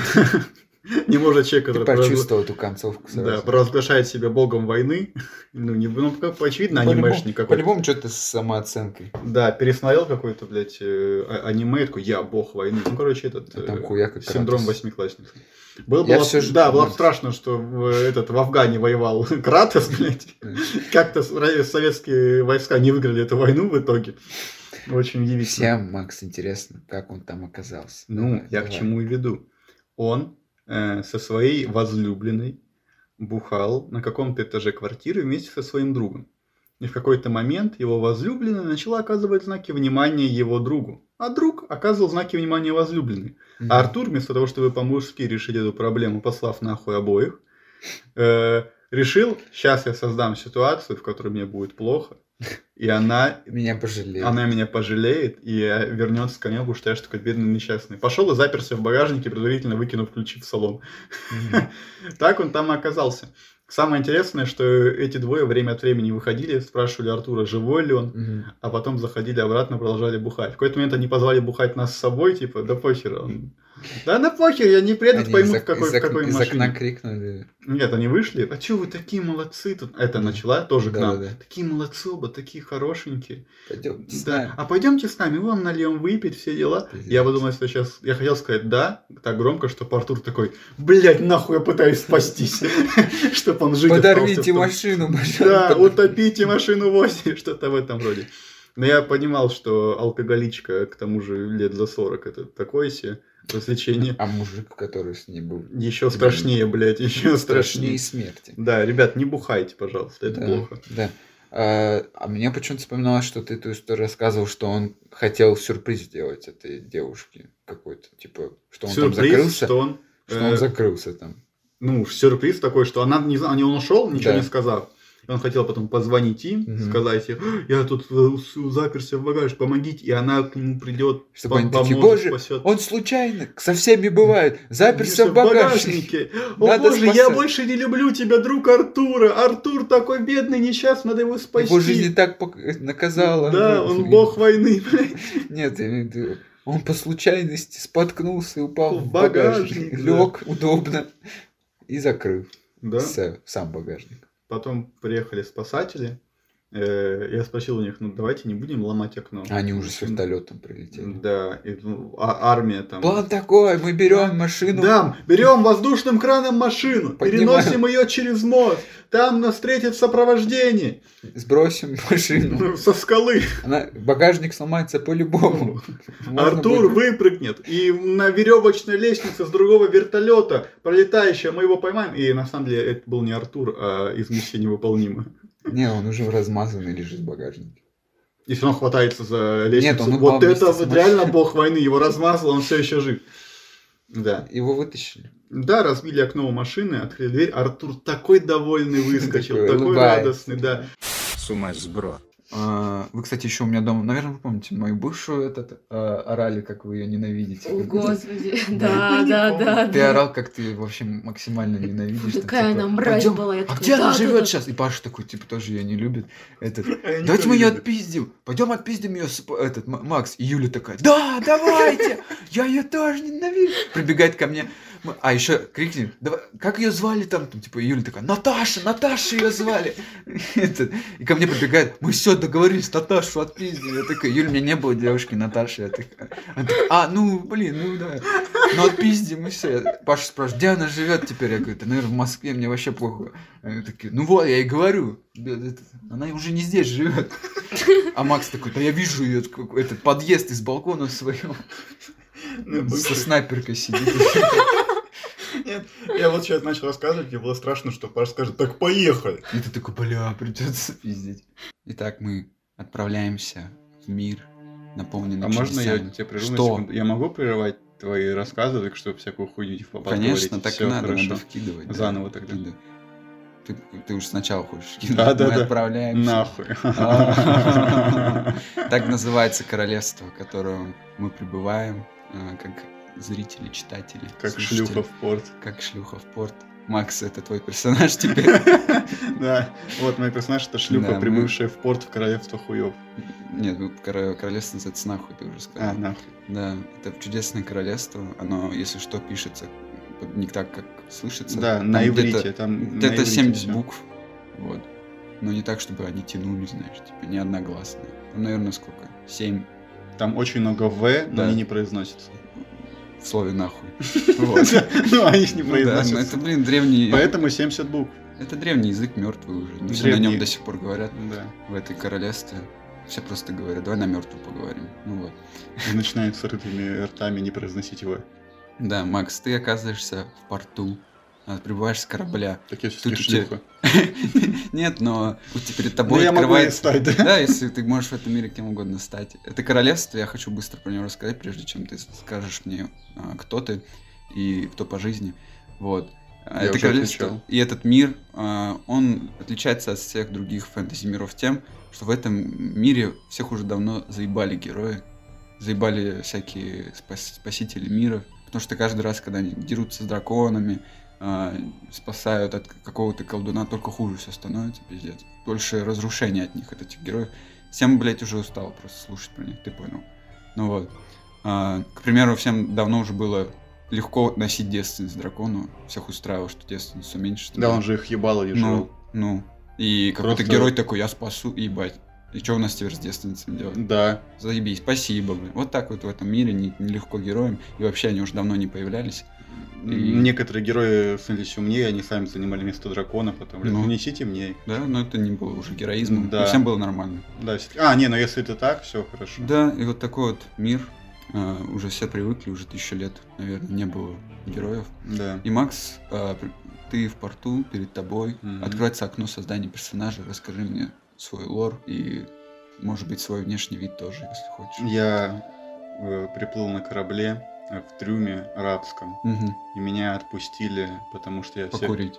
Не может человек, Ты который... почувствовал эту концовку Да, сразу. провозглашает себя богом войны. Ну, не, ну, как очевидно, По-любому- анимешник какой-то. По-любому что-то с самооценкой. Да, пересмотрел какой-то, блядь, э, а- аниме, и такой, я бог войны. Ну, короче, этот А там э, хуя как синдром Кратос. восьмиклассницы. Было, Я было- всё ж- да, было бы вот. страшно, что в, этот, в Афгане воевал Кратос, блядь. Как-то с- ра- советские войска не выиграли эту войну в итоге. Очень удивительно. Всем, Макс, интересно, как он там оказался. Ну, Давай, я давай. к чему и веду. Он э, со своей возлюбленной бухал на каком-то этаже квартиры вместе со своим другом. И в какой-то момент его возлюбленная начала оказывать знаки внимания его другу. А друг оказывал знаки внимания возлюбленной. Мгм. А Артур, вместо того, чтобы по-мужски решить эту проблему, послав нахуй обоих, э, решил, сейчас я создам ситуацию, в которой мне будет плохо, и она Меня пожалел. она меня пожалеет и э, вернется ко мне, потому что я же такой бедный несчастный. Пошел и заперся в багажнике, предварительно выкинув ключи в салон. Мгм. Так он там и оказался. Самое интересное, что эти двое время от времени выходили, спрашивали Артура, живой ли он, Мгм. а потом заходили обратно, продолжали бухать. В какой-то момент они позвали бухать нас с собой, типа, да похер. Он... Да на похер, я не приеду, Они поймут, из, в какой, из в какой окна, из окна машине. крикнули. Нет, они вышли. А чё вы такие молодцы тут? Это Да. начала тоже к нам. Да-да-да. Такие молодцы оба, такие хорошенькие. Пойдемте с Да. нами. А пойдемте с нами, мы вам нальем выпить, все дела. Пиздец. Я подумал, что сейчас... Я хотел сказать «да», так громко, что Артур такой, блядь, нахуй я пытаюсь спастись. Чтоб он жить остался в Подорвите том- машину, Да, пожалуйста. утопите машину восемь, что-то в этом роде. Но я понимал, что алкоголичка, к тому же лет за сорок, это такое себе развлечение. А мужик, который с ней был, Еще страшнее, блядь, еще страшнее страшнее. смерти. Да, ребят, не бухайте, пожалуйста, это Да, плохо. Да. А, а мне почему-то вспоминалось, что ты эту историю рассказывал, что он хотел сюрприз сделать этой девушке какой-то. Типа, что он там Сюрприз, закрылся. что он... Что э, он закрылся там. Ну, сюрприз такой, что она не знала, он ушел, ничего Да. не сказав. И он хотел потом позвонить им, Мгм. сказать ей, я тут э, с- заперся в багаж, помогите. И она к нему придет, Чтобы они такие, поможет, боже, спасет. он случайно, со всеми бывает, заперся в багажнике. О Надо боже, я спасать. больше не люблю тебя, друг Артура. Артур такой бедный, несчастный, надо его спасти. Его жизнь и так пок- наказала. Да, Ну, он бог войны, блядь. Нет, я имею в виду, он по случайности споткнулся и упал В в багажник. багажник, да. Лег удобно и закрыл Да. с- сам багажник. Потом приехали спасатели. Э, Я спросил у них, ну давайте не будем ломать окно. А они уже с вертолетом прилетели. Да, и, ну, а армия там. План такой, мы берем машину. Да, берем воздушным краном машину, Поднимаем. переносим ее через мост, там нас встретит сопровождение Сбросим машину. ну, со скалы. Она, багажник сломается по-любому. Можно Артур будет- выпрыгнет, и на веревочной лестнице с другого вертолета, пролетающего, мы его поймаем. И на самом деле это был не Артур, а из миссии невыполнима. Не, он уже размазанный лежит в багажнике. Если он хватается за лестницу, он упал вот вместе это с вот машиной. реально бог войны, его размазал, он все еще жив. Да. Его вытащили. Да, разбили окно у машины, открыли дверь. Артур такой довольный выскочил, Такой такой улыбается. радостный, да. С ума сброд. А, Вы, кстати, еще у меня дома, наверное, вы помните мою бывшую этот, а, орали, как вы ее ненавидите. О, Как- Господи, Мы да, не да, помним. да. Ты да. орал, как ты, в общем, максимально ненавидишь. там, Такая типа, она мразь «Пойдем, была». Я а такая, где она «Да, да, живет да». сейчас? И Паша такой, типа, тоже ее не любит. Этот, Я давайте никого мы не ее люблю. отпиздим. Пойдем отпиздим ее, этот, М- Макс. И Юля такая, да, давайте, я ее тоже ненавижу. Прибегает ко мне. М- А еще крикнет, «Давай, как ее звали там? Там, типа, и Юля такая, Наташа, Наташа ее звали. Этот, И ко мне подбегает, мы все договорились, Наташу отпиздим. Я такой, Юля, у меня не было девушки Наташи. Я такая, она такая, а, ну, блин, ну да. Ну, отпиздим, и все. Паша спрашивает, где она живет теперь? Я говорю, да, наверное, в Москве, мне вообще плохо. Они такие, ну вот, я и говорю, да, это- она уже не здесь живет. А Макс такой, да я вижу ее, этот подъезд из балкона своего. Ну, Со бывший. снайперкой сидит. Нет, я вот сейчас начал рассказывать, мне было страшно, что Паша скажет, так поехали. И ты такой, бля, придется пиздить. Итак, мы отправляемся в мир, наполненный А можно я чудесами. тебя прерву на Что? секунду? Я могу прерывать твои рассказы, так чтобы всякую хуйню типа Конечно, так и Всё, надо, хорошо. надо вкидывать. да, Заново тогда. вкидывай. Ты, ты уж сначала хочешь кинуть. Да, да, Мы да. отправляемся. Нахуй. Так называется королевство, в котором мы пребываем, э, как зрители, читатели. Как слушатели. шлюха в порт. Как шлюха в порт. Макс, это твой персонаж теперь. Да, вот мой персонаж это шлюха, Да, мы- прибывшая в порт в королевство хуев. Нет, ну, коро- королевство называется нахуй, ты уже А, сказал. нахуй. Да, это чудесное королевство. Оно, если что, пишется не так, как слышится. Да, Там на где-то- иврите. Там на Где-то иврите семьдесят всё. букв. Вот. Но не так, чтобы они тянули, знаешь, типа не одногласные. Там, наверное, сколько? Семь Там очень много В, но Да. они не произносятся. в слове нахуй. Вот. Ну, они ж не Ну да, но это, произносятся. блин, древний... Поэтому семьдесят букв. Это древний язык, мертвый уже. Но все на Древний. нем до сих пор говорят Да. в этой королевстве. Все просто говорят, давай на мертвую поговорим. Ну вот. И начинают с ртами, ртами не произносить его. Да, Макс, ты оказываешься в порту, а, прибываешь с корабля. Так я Тут все-таки у тебя- шлюха. Нет, но у тебя перед Ну, тобой я могу и открывается... стать, да? Да, если ты можешь в этом мире кем угодно стать. Это королевство, я хочу быстро про него рассказать, прежде чем ты скажешь мне, а, кто ты и кто по жизни. Вот. А Я Это уже королевство отвечал. и этот мир, а, он отличается от всех других фэнтези-миров тем, что в этом мире всех уже давно заебали герои, заебали всякие спас- спасители мира, потому что каждый раз, когда они дерутся с драконами, а, спасают от какого-то колдуна, только хуже все становится, пиздец. Больше разрушения от них, от этих героев. Всем, блядь, уже устал просто слушать про них, ты понял. Ну вот. А, к примеру, всем давно уже было легко носить девственность дракону. Всех устраивало, что девственность уменьшится. Да, он же их ебало не жрал. Ну, ну. И какой-то Просто- герой такой, я спасу, и ебать. И что у нас теперь с девственницами делать? Да. Заебись, спасибо, блин. Вот так вот в этом мире не- нелегко героям. И вообще они уже давно не появлялись. И- Некоторые герои становились умнее, они сами занимали место дракона, потом, блин, Ну. ну несите мне. Да, но это не было уже героизмом. Да. И всем было нормально. Да, если- а, не, ну если это так, все хорошо. Да, и вот такой вот мир. а, уже все привыкли, уже тысячу лет, наверное, не было героев. Да. И Макс, а, при- ты в порту, перед тобой. Мгм. Откроется окно создания персонажа. Расскажи мне свой лор и, может быть, свой внешний вид тоже, если хочешь. Я э, приплыл на корабле э, в трюме арабском, Мгм. и меня отпустили, потому что я все... Покурить.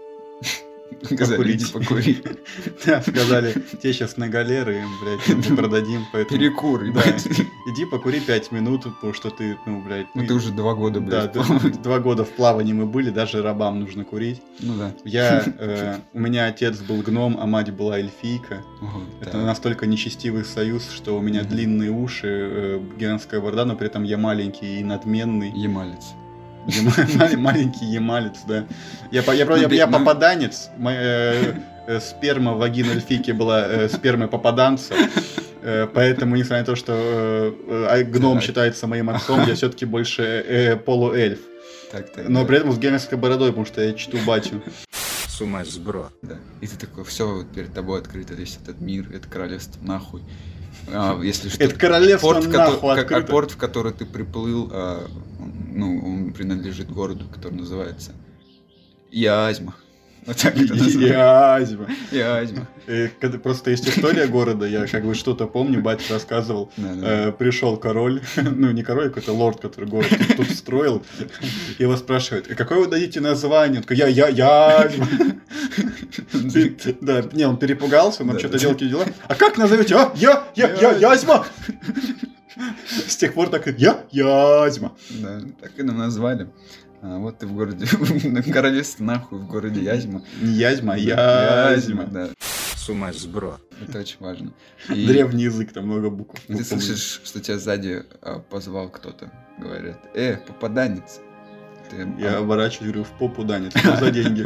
Сказали, иди покури. Да, сказали, тебе сейчас на галеры, блядь, мы продадим, поэтому... Перекур, Да. ебать. Иди покури пять минут, потому что ты, ну, блядь... Ну ты уже два года, Да, блядь. д- два года в плавании мы были, даже рабам нужно курить. Ну да. Я, э, у меня отец был гном, а мать была эльфийка. Ого, Это так. настолько нечестивый союз, что у меня Мгм. длинные уши, э, гигантская борода, но при этом я маленький и надменный. Ямалец. Ема- ма- Маленький емалец, да. Я, по- я, про- я, Ну, я ну. попаданец. Моя, э, э, сперма вагина эльфийки была э, спермой попаданца. Э, Поэтому, несмотря на то, что э, э, гном Так. считается моим отцом, я все-таки больше э, полуэльф. Так, так. Но да, при этом с гигантской бородой, потому что я чту батю. С ума сбро. да. И ты такой, все, вот перед тобой открыт весь этот мир, это королевство, нахуй. А, если что, Это королевство порт, в нахуй кото- как- а открыто. порт, в который ты приплыл, а, ну, он принадлежит городу, который называется Язьма. Вот так это называется. Язьма. Язьма. Э, когда- Просто есть история города, я как бы что-то помню, батя рассказывал. Да, да. Э, Пришел король, ну не король, а какой-то лорд, который город тут- тут строил, и его спрашивают, «А какое вы дадите название? Он такой, я, я, Язьма. Да, не, он перепугался, он там Да, что-то да. делал, какие дела. А как назовете? А, я, я, я, Язьма. С тех пор так, я, Язьма. Да, так и нам назвали. А, вот ты в городе, в королевстве нахуй, в городе Язьма. Не Язьма, а Да, Язьма. да, С ума сбро. это очень важно. И- Древний язык, там много букв. И ты слышишь, что тебя сзади а, позвал кто-то. Говорят, э, попаданец. Ты, Я а, оборачиваюсь, говорю, в попу данец, что за деньги?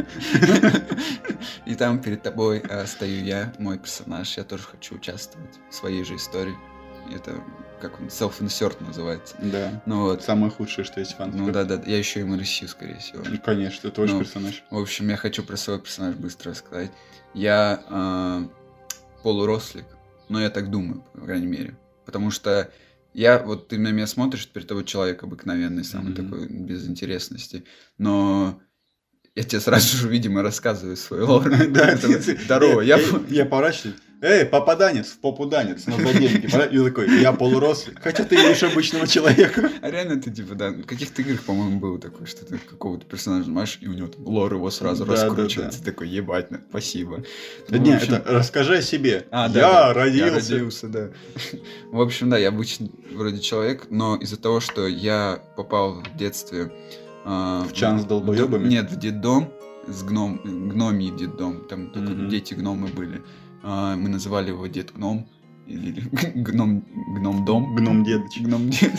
И там перед тобой а, стою я, мой персонаж. Я тоже хочу участвовать в своей же истории. Это, как он, self-insert называется. Да. Ну вот. Самое худшее, что есть фан. Ну да, да, я еще и МРСью, скорее всего. Ну, конечно, это твой же Ну. персонаж. В общем, я хочу про свой персонаж быстро рассказать. Я а, полурослик, но я так думаю, по крайней мере. Потому что я, вот ты на меня смотришь, перед тобой человек обыкновенный, самый Мгм. такой, без интересности. Но я тебе сразу же, видимо, рассказываю свой лор. Да, Это ты- вот, ты- Здорово, я... я, я поворачиваюсь. Эй, попаданец, в попу данец, на за деньги. Пора- И такой, я полурослик. Хотя ты видишь обычного человека. А реально ты, типа, да, в каких-то играх, по-моему, было такое, что ты какого-то персонажа нажимаешь, и у него там лор его сразу Да, да, раскручивается. Такой, ебать, ну, спасибо. Да Ну, в не, общем- это расскажи о себе. А, да, я да, родился. Я родился, да. В общем, да, я обычный вроде человек, но из-за того, что я попал в детстве... а, В чан с долбоёбами? д- Нет, в детдом, с гном, гномий детдом, там только Мгм. дети-гномы были. А, мы называли его дед-гном, или гном, гном-дом. Гном Дедыч. Гном-дед.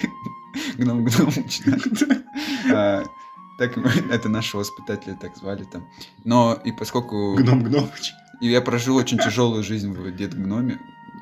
Гном-гномыч, да. А, Так, мы- это нашего воспитателя так звали там. Но и поскольку... Гном Гномыч. И я прожил очень тяжелую жизнь в дед-гноме.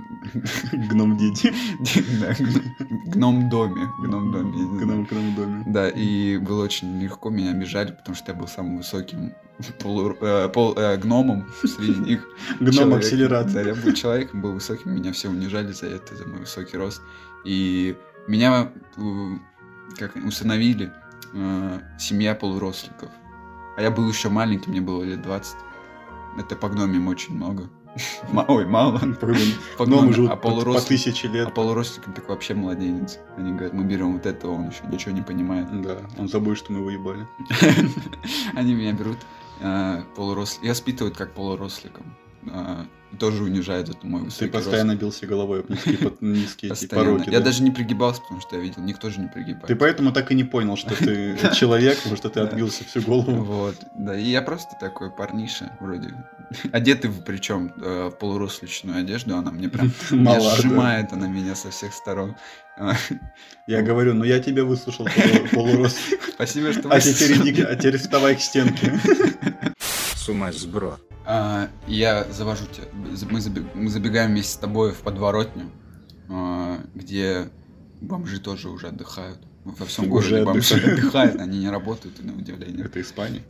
Гном Деди. Да, гном-доме. Гном-доме. я не знаю. Гном Гном доме. Да, и было очень легко, меня обижали, потому что я был самым высоким полу- э, пол- э, гномом среди них. Гном Человеком. Акселерат. Да, я был человеком, был высоким, меня все унижали за это, за мой высокий рост. И меня э, как усыновили э, семья полуросликов. А я был еще маленький, мне было лет двадцать. Это по гномям очень много. Ма- Ой, мало. По Гномы гномам. живут А по- по полурослик- тысяче а лет. полуросликам так вообще младенец. Они говорят, мы берем вот этого, он еще ничего не понимает. Да, он забыл, что мы его ебали. Они меня берут э, полурослик. И воспитывают как полуросликом. а, тоже унижают эту мою Ты высокий постоянно рост. бился головой об низкие, под- низкие эти Постоянно. пороки. Я да? даже не пригибался, потому что я видел, никто же не пригибается. Ты поэтому так и не понял, что ты человек, потому что ты Да. отбился всю голову. Вот, да, и я просто такой парниша, вроде, одетый в, причем в полуросличную одежду, она мне прям, меня Мало, да. сжимает она меня со всех сторон. А, Я говорю, ну я тебя выслушал полу- полурост. Спасибо, что А вы теперь слушали. иди, а теперь вставай к стенке. Сума сброд. А, я завожу тебя, мы, заби- мы забегаем вместе с тобой в подворотню, а, где бомжи тоже уже отдыхают. Во всем Уже городе бомжи отдыхают. отдыхают, они не работают, на удивление. Это Испания?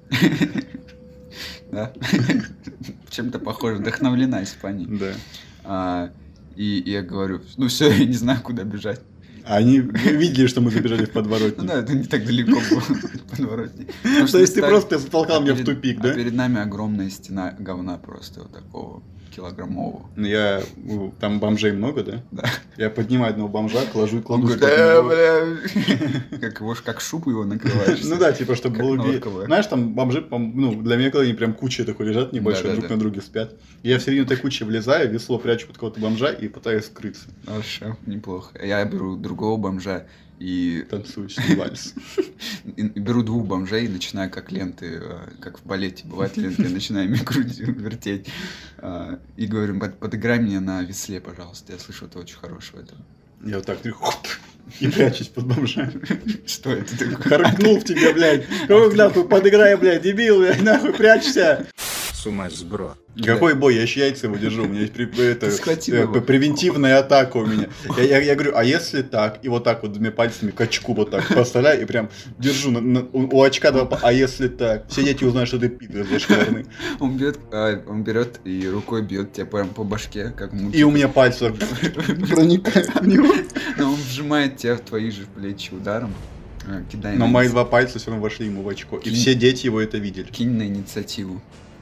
Да. Чем-то похоже, вдохновлена Испанией. Да. А, и, и я говорю, ну все, я не знаю, куда бежать. А Они видели, что мы забежали в Ну подворотню. да, это не так далеко было в подворотне. Потому что То есть ты мы просто стали- затолкал а меня в перед- тупик, а да? перед нами огромная стена говна просто вот такого килограммового. Ну, Я, ну, там бомжей много, да? Да. Я поднимаю одного бомжа, кладу, Он кладу говорит, что-то на «Э, него. бля». Как его, ж- как шубу его накрываешь. Ну да, типа, чтобы Как было... ви- норковая. Знаешь, там бомжи, пом- ну, для меня, когда они прям кучей такой лежат небольшой, Да-да-да. друг на друге спят. Я в середину этой кучи влезаю, весло прячу под кого-то бомжа и пытаюсь скрыться. Хорошо, неплохо. Я беру другого бомжа и, Танцующий вальс. и- и беру двух бомжей и начинаю как ленты, э, как в балете бывают ленты, я начинаю ими крутить, вертеть. А, И говорю, «Под- подыграй мне на весле, пожалуйста. Я слышу, ты очень хороший в этом. Я вот так хоп, и прячусь под бомжа. Что это такое? Харкнул в тебя, блядь. Кого нахуй подыграй, блядь, дебил, блядь, нахуй прячься. Сума сброд. Какой бой? Я еще яйца его держу. У меня есть при- это, Ты схватил э, его. превентивная атака у меня. Я, я- я говорю, а если так? И вот так вот двумя пальцами к очку вот так поставляю и прям держу. на- на- у, у очка два па- А если так? Все дети узнают, что ты пидор зашкварный. Он берет, а, он берет и рукой бьет тебя прям по башке, как в мультике. И у меня пальцы так проникают в него. Но он вжимает тебя в твои же плечи ударом. а, Кидай Но на мои инициативу. два пальца все равно вошли ему в очко. И Кинь. все дети его это видели. Кинь на инициативу.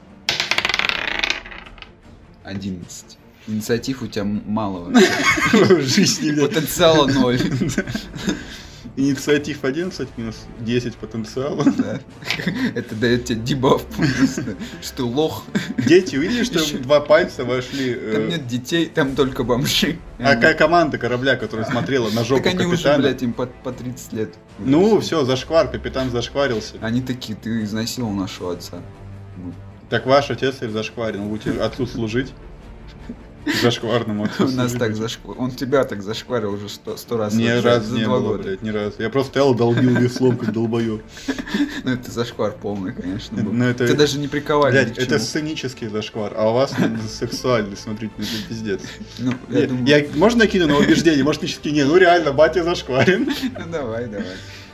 одиннадцать. Инициатив у тебя м- мало вообще. В жизни, блядь. Потенциала ноль. Инициатив одиннадцать минус десять потенциала. Да. Это дает тебе дебаф просто, что ты лох. Дети увидели, что Ещё. два пальца вошли... э, Там нет детей, там только бомжи. А какая команда корабля, которая смотрела на жопу Так они уже, капитана? блядь, им по, по тридцать лет. Ну, все, зашквар, капитан зашкварился. Они такие, ты изнасиловал нашего отца. Ну, Так ваш отец и зашкварил, будете отцу служить. Зашкварному отцу У нас служить. так зашкварил. Он тебя так зашкварил уже сто, сто раз. Ни вот за- разу за не два было, года. блядь, ни разу. Я просто стоял, долбил веслом, как долбоёб. Ну это зашквар полный, конечно. был. Ну, это- Тебя даже не приковали ни Блядь, к это чему. сценический зашквар, а у вас сексуальный, смотрите, ну это пиздец. Ну, я Я- думаю... я- Можно я кину на убеждение? Может, ты все-таки не, ну реально, батя зашкварен. Ну давай, давай.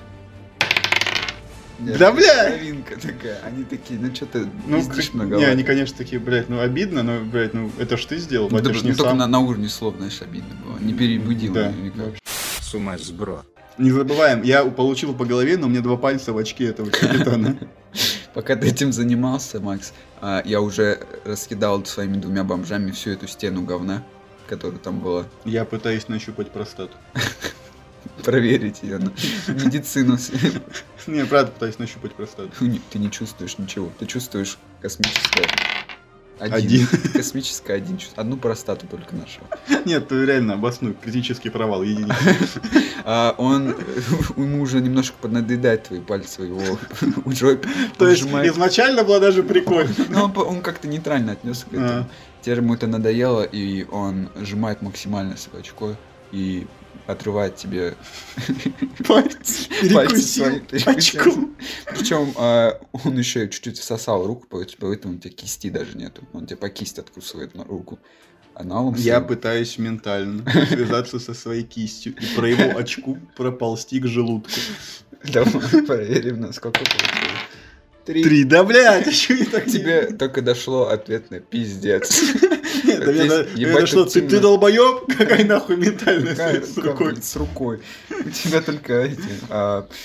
Нет, Да, блядь! Половинка такая. Они такие, ну что ты Ну, пиздишь к- многовато. не, они, конечно, такие, блядь, ну обидно, но, блядь, ну это ж ты сделал, Ну, батя да, ж ну, не только сам. на, на уровне слов, знаешь, обидно было. Не перебудил Да, меня никак. Сума сброд. Не забываем, я получил по голове, но у меня два пальца в очке этого капитана. Пока ты этим занимался, Макс, а, я уже раскидал своими двумя бомжами всю эту стену говна, которая там была. Я пытаюсь нащупать простату. Проверить ее на медицину. Не, правда пытаюсь нащупать простату. Не, Ты не чувствуешь ничего. Ты чувствуешь космическое. Один. Космическое один. чувств- Одну простату только нашел. Нет, ты реально обоснуй, критический провал, единица. А он, ему уже немножко поднадоедает твои пальцы его у жопы. То Он есть сжимает- изначально было даже прикольно. Ну, он, по- он как-то нейтрально отнесся к этому. А. Теперь ему это надоело, и он сжимает максимально свое очко и отрывает тебе Пальцы пальцы свои. перекусил очком. Причем а, он еще чуть-чуть всосал руку, поэтому у тебя кисти даже нету. Он тебе по кисти откусывает на руку. Аналом Я своим. пытаюсь ментально связаться со своей кистью и про его очку проползти к желудку. Давай проверим, насколько получилось. Три. Три, да блядь, еще и так Тебе только дошло ответное пиздец. Нет, до меня Здесь до- до меня ебать дошло, как ты темно. ты долбоеб? Какая нахуй ментальная Какая связь с рука, рукой? блин, с рукой. У тебя только эти а,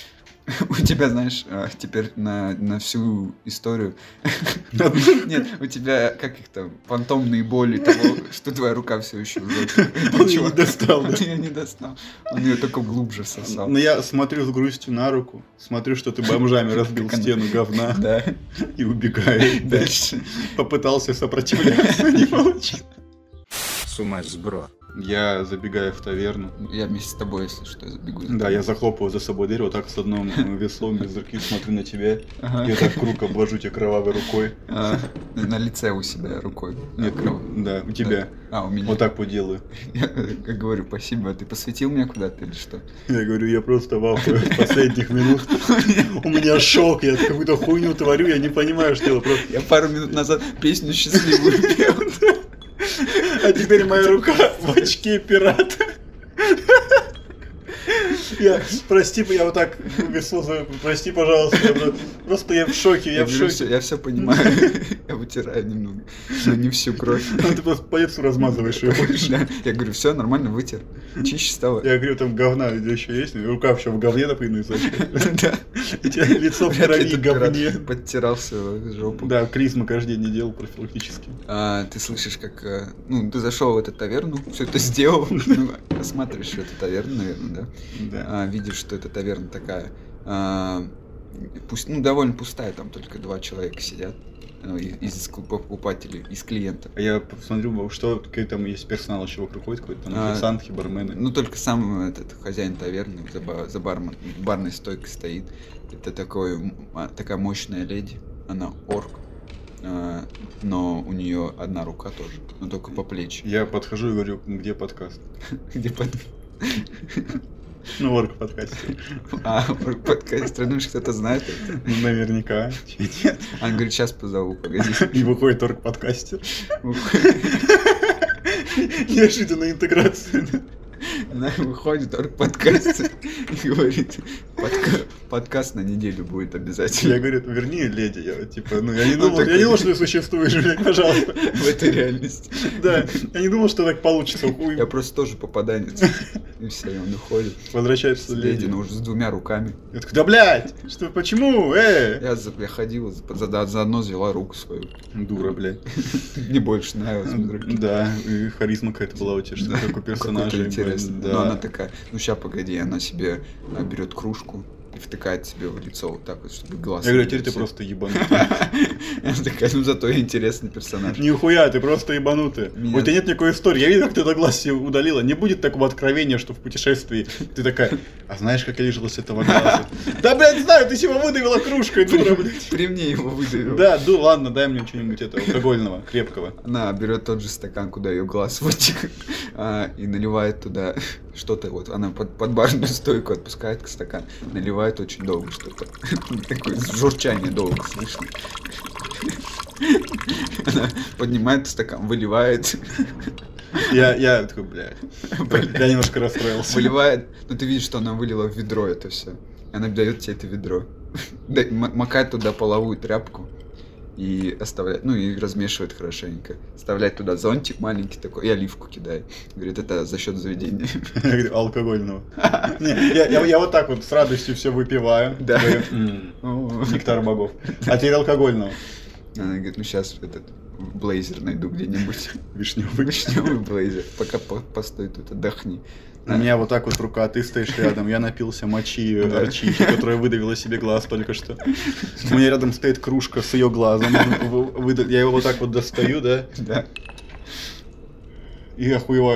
У тебя, знаешь, а, теперь на, на всю историю... Нет, у тебя, как их там, фантомные боли того, что твоя рука все еще в жопе. Он её не достал, да? Он ее не достал. Он ее только глубже сосал. Но я смотрю с грустью на руку, смотрю, что ты бомжами разбил Как она- стену говна Да. и убегаю дальше. Попытался сопротивляться, не получилось. С ума сброд. Я забегаю в таверну. Я вместе с тобой, если что, забегу. Да, я захлопываю за собой дверь, вот так с одним веслом, без руки смотрю на тебя. Ага. И вот так круг обвожу тебя кровавой рукой. А, на лице у себя рукой. Нет, Кровь. да, у тебя. А, у меня. Вот так вот делаю. Я как говорю, спасибо. А ты посвятил меня куда-то или что? Я говорю, я просто в ахуе с последних минут. У меня шок, я какую-то хуйню творю, я не понимаю, что я просто... Я пару минут назад песню счастливую пел. А теперь моя рука в очке пирата. Я, прости, я вот так весло, за- прости, пожалуйста, я просто- просто я в шоке, я Я в говорю, шоке. всё- я все понимаю. Я вытираю немного. Но не всю кровь. Ну, ты просто по лицу размазываешь ее больше. Да. Я говорю, все, нормально, вытер. Чище стало. Я говорю, там говна еще есть, рука еще в говне напрямую из очка. Да. И тебя лицо в Вряд ли крови и этот пират говне. подтирался в жопу. Да, клизму каждый день не делал профилактически. А, ты слышишь, как... э, Ну, ты зашел в эту таверну, все это сделал. Ну, осматриваешь эту таверну, наверное, да? Да. А, видишь, что эта таверна такая... а, пусть, ну, довольно пустая, там только два человека сидят. Ну, и- из покупателей, из клиентов. А я посмотрю, что какой там есть персонал еще вокруг ходит, какой-то там А, официантки, бармены. Ну, только сам этот хозяин таверны за, ба- за бармен, барной стойкой стоит. Это такой, м, а, такая мощная леди. Она орк. а, но у нее одна рука тоже, но только по плечи. Я подхожу и говорю, где подкаст? Где под... Ну, орг подкасте. А, подкаст, ты думаешь, кто-то знает это? Ну, наверняка. Чуть нет. Она говорит, сейчас позову, погоди. И выходит орг подкастер. Неожиданная интеграция. Она выходит, только подкаст и говорит, «Подка- подкаст на неделю будет Я обязательно. говорю, верни, леди. Я типа, ну, я не Он думал, я такой- не думал, что ты существуешь, блядь, пожалуйста. В этой реальности. Да, я не думал, что так получится. Хуй. Я просто тоже попаданец. И все, и он уходит. Возвращается Леди, леди. но уже с двумя руками. Я такой, да, блядь, что, почему, э? Я, за- я ходил, за- за- заодно взяла руку свою. Дура, блядь. Мне больше нравилось без руки. Да, и харизма какая-то была у тебя, что Да, как у персонажа. какой-то интересный. Да. Но она такая, ну ща погоди, она себе а, берет кружку и втыкает себе в лицо вот так вот, чтобы глаз. Я говорю, не теперь ты видел. просто ебанутый. Она такая, ну зато я интересный персонаж. Нихуя, ты просто ебанутый. Меня- У тебя нет никакой истории. Я видел, как ты это глаз себе удалила. Не будет такого откровения, что в путешествии ты такая, а знаешь, как я лишилась этого глаза? Да, блядь, знаю, ты себе выдавила кружкой, дура, блядь. При мне его выдавил. Да, ду, ладно, дай мне что-нибудь это алкогольного, крепкого. Она берет тот же стакан, куда ее глаз вытек, а, и наливает туда что-то. Вот она под, под барную стойку отпускает стакан, наливает очень долго что-то. Такое журчание долго слышно. Она поднимает стакан, выливает, Я, я такой, блядь, я немножко расстроился. выливает. Ну ты видишь, что она вылила в ведро это все. Она дает тебе это ведро. Да, м- макает туда половую тряпку. И оставляет, ну и размешивает хорошенько. Вставляет туда зонтик маленький такой и оливку кидает. Говорит, это за счет заведения. Я говорю, алкогольного. Не, я, я, я вот так вот с радостью все выпиваю. Да. Говорю, «М, О. нектар богов. А теперь алкогольного. Она говорит, ну сейчас этот блейзер найду где-нибудь. Вишневый. Вишневый блейзер. Пока по- постой тут, отдохни. У меня вот так вот рука, ты стоишь рядом, я напился мочи Да. арчихи, которая выдавила себе глаз только что. У меня рядом стоит кружка с ее глазом, он вы- выда- я его вот так вот достаю, да, Да. и охуеваю.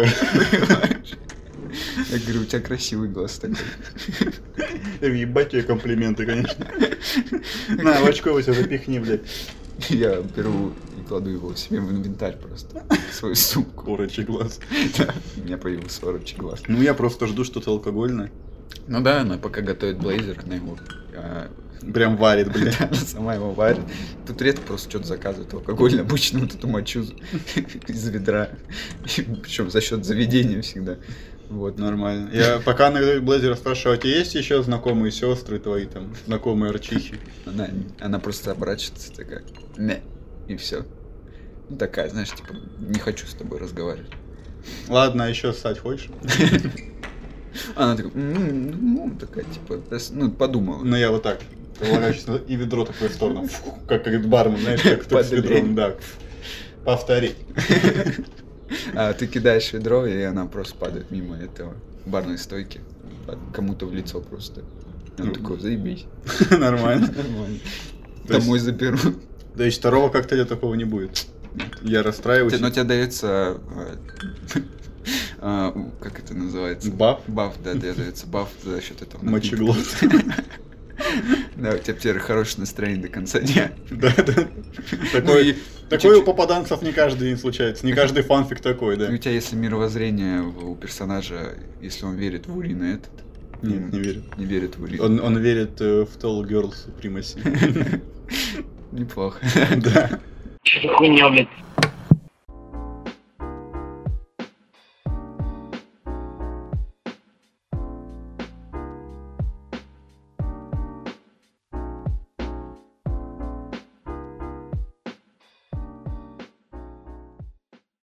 Я говорю, у тебя красивый глаз такой. Ебать тебе комплименты, конечно. На, в очко его себе запихни, блядь. Я беру и кладу его себе в инвентарь просто. В свою сумку. Орочий глаз. Да. У меня появился орочий глаз. Ну, я просто жду что-то алкогольное. Ну да, она пока готовит блейзер, она его а, Прям варит, блядь. она сама его варит. Тут редко просто что-то заказывают алкоголь, обычно вот эту мочу из ведра. Причем за счет заведения всегда. Вот. Нормально. Я пока она готовит блейзер, спрашиваю, а у тебя есть еще знакомые сестры твои, там, знакомые арчихи? Она, она просто оборачивается такая, не, и все. Ну такая, знаешь, типа, не хочу с тобой разговаривать. Ладно, а еще ссать хочешь? Она такая, «М, ну, такая, типа, дос- ну, подумала. Но я вот так, поворачиваюсь назад, и ведро такое в сторону. Фу, как говорит бармен, знаешь, как только с Подлей. ведром, да. Повтори. А ты кидаешь ведро, и она просто падает мимо этого барной стойки. Под- Кому-то в лицо просто. И он Ну. такой, заебись. Нормально. Нормально. То есть- Домой заберу. То есть второго коктейля такого не будет. Я расстраиваюсь. Те- Но тебе дается... э, а, как это называется? Баф? Баф, да, тебе дается баф за счет этого. напитка. Мочеглот. Да, у тебя теперь хорошее настроение до конца дня. Да, да. Ну Такое и такое у чуть-чуть- попаданцев не каждый день случается. Не каждый фанфик такой, да. и у тебя, если мировоззрение у персонажа, если он верит в Урина этот, Нет, не верю. не верит в Урина. Он, он верит э, в Tall Girl Supremacy. Неплохо. Да. Что за хуйня, блядь?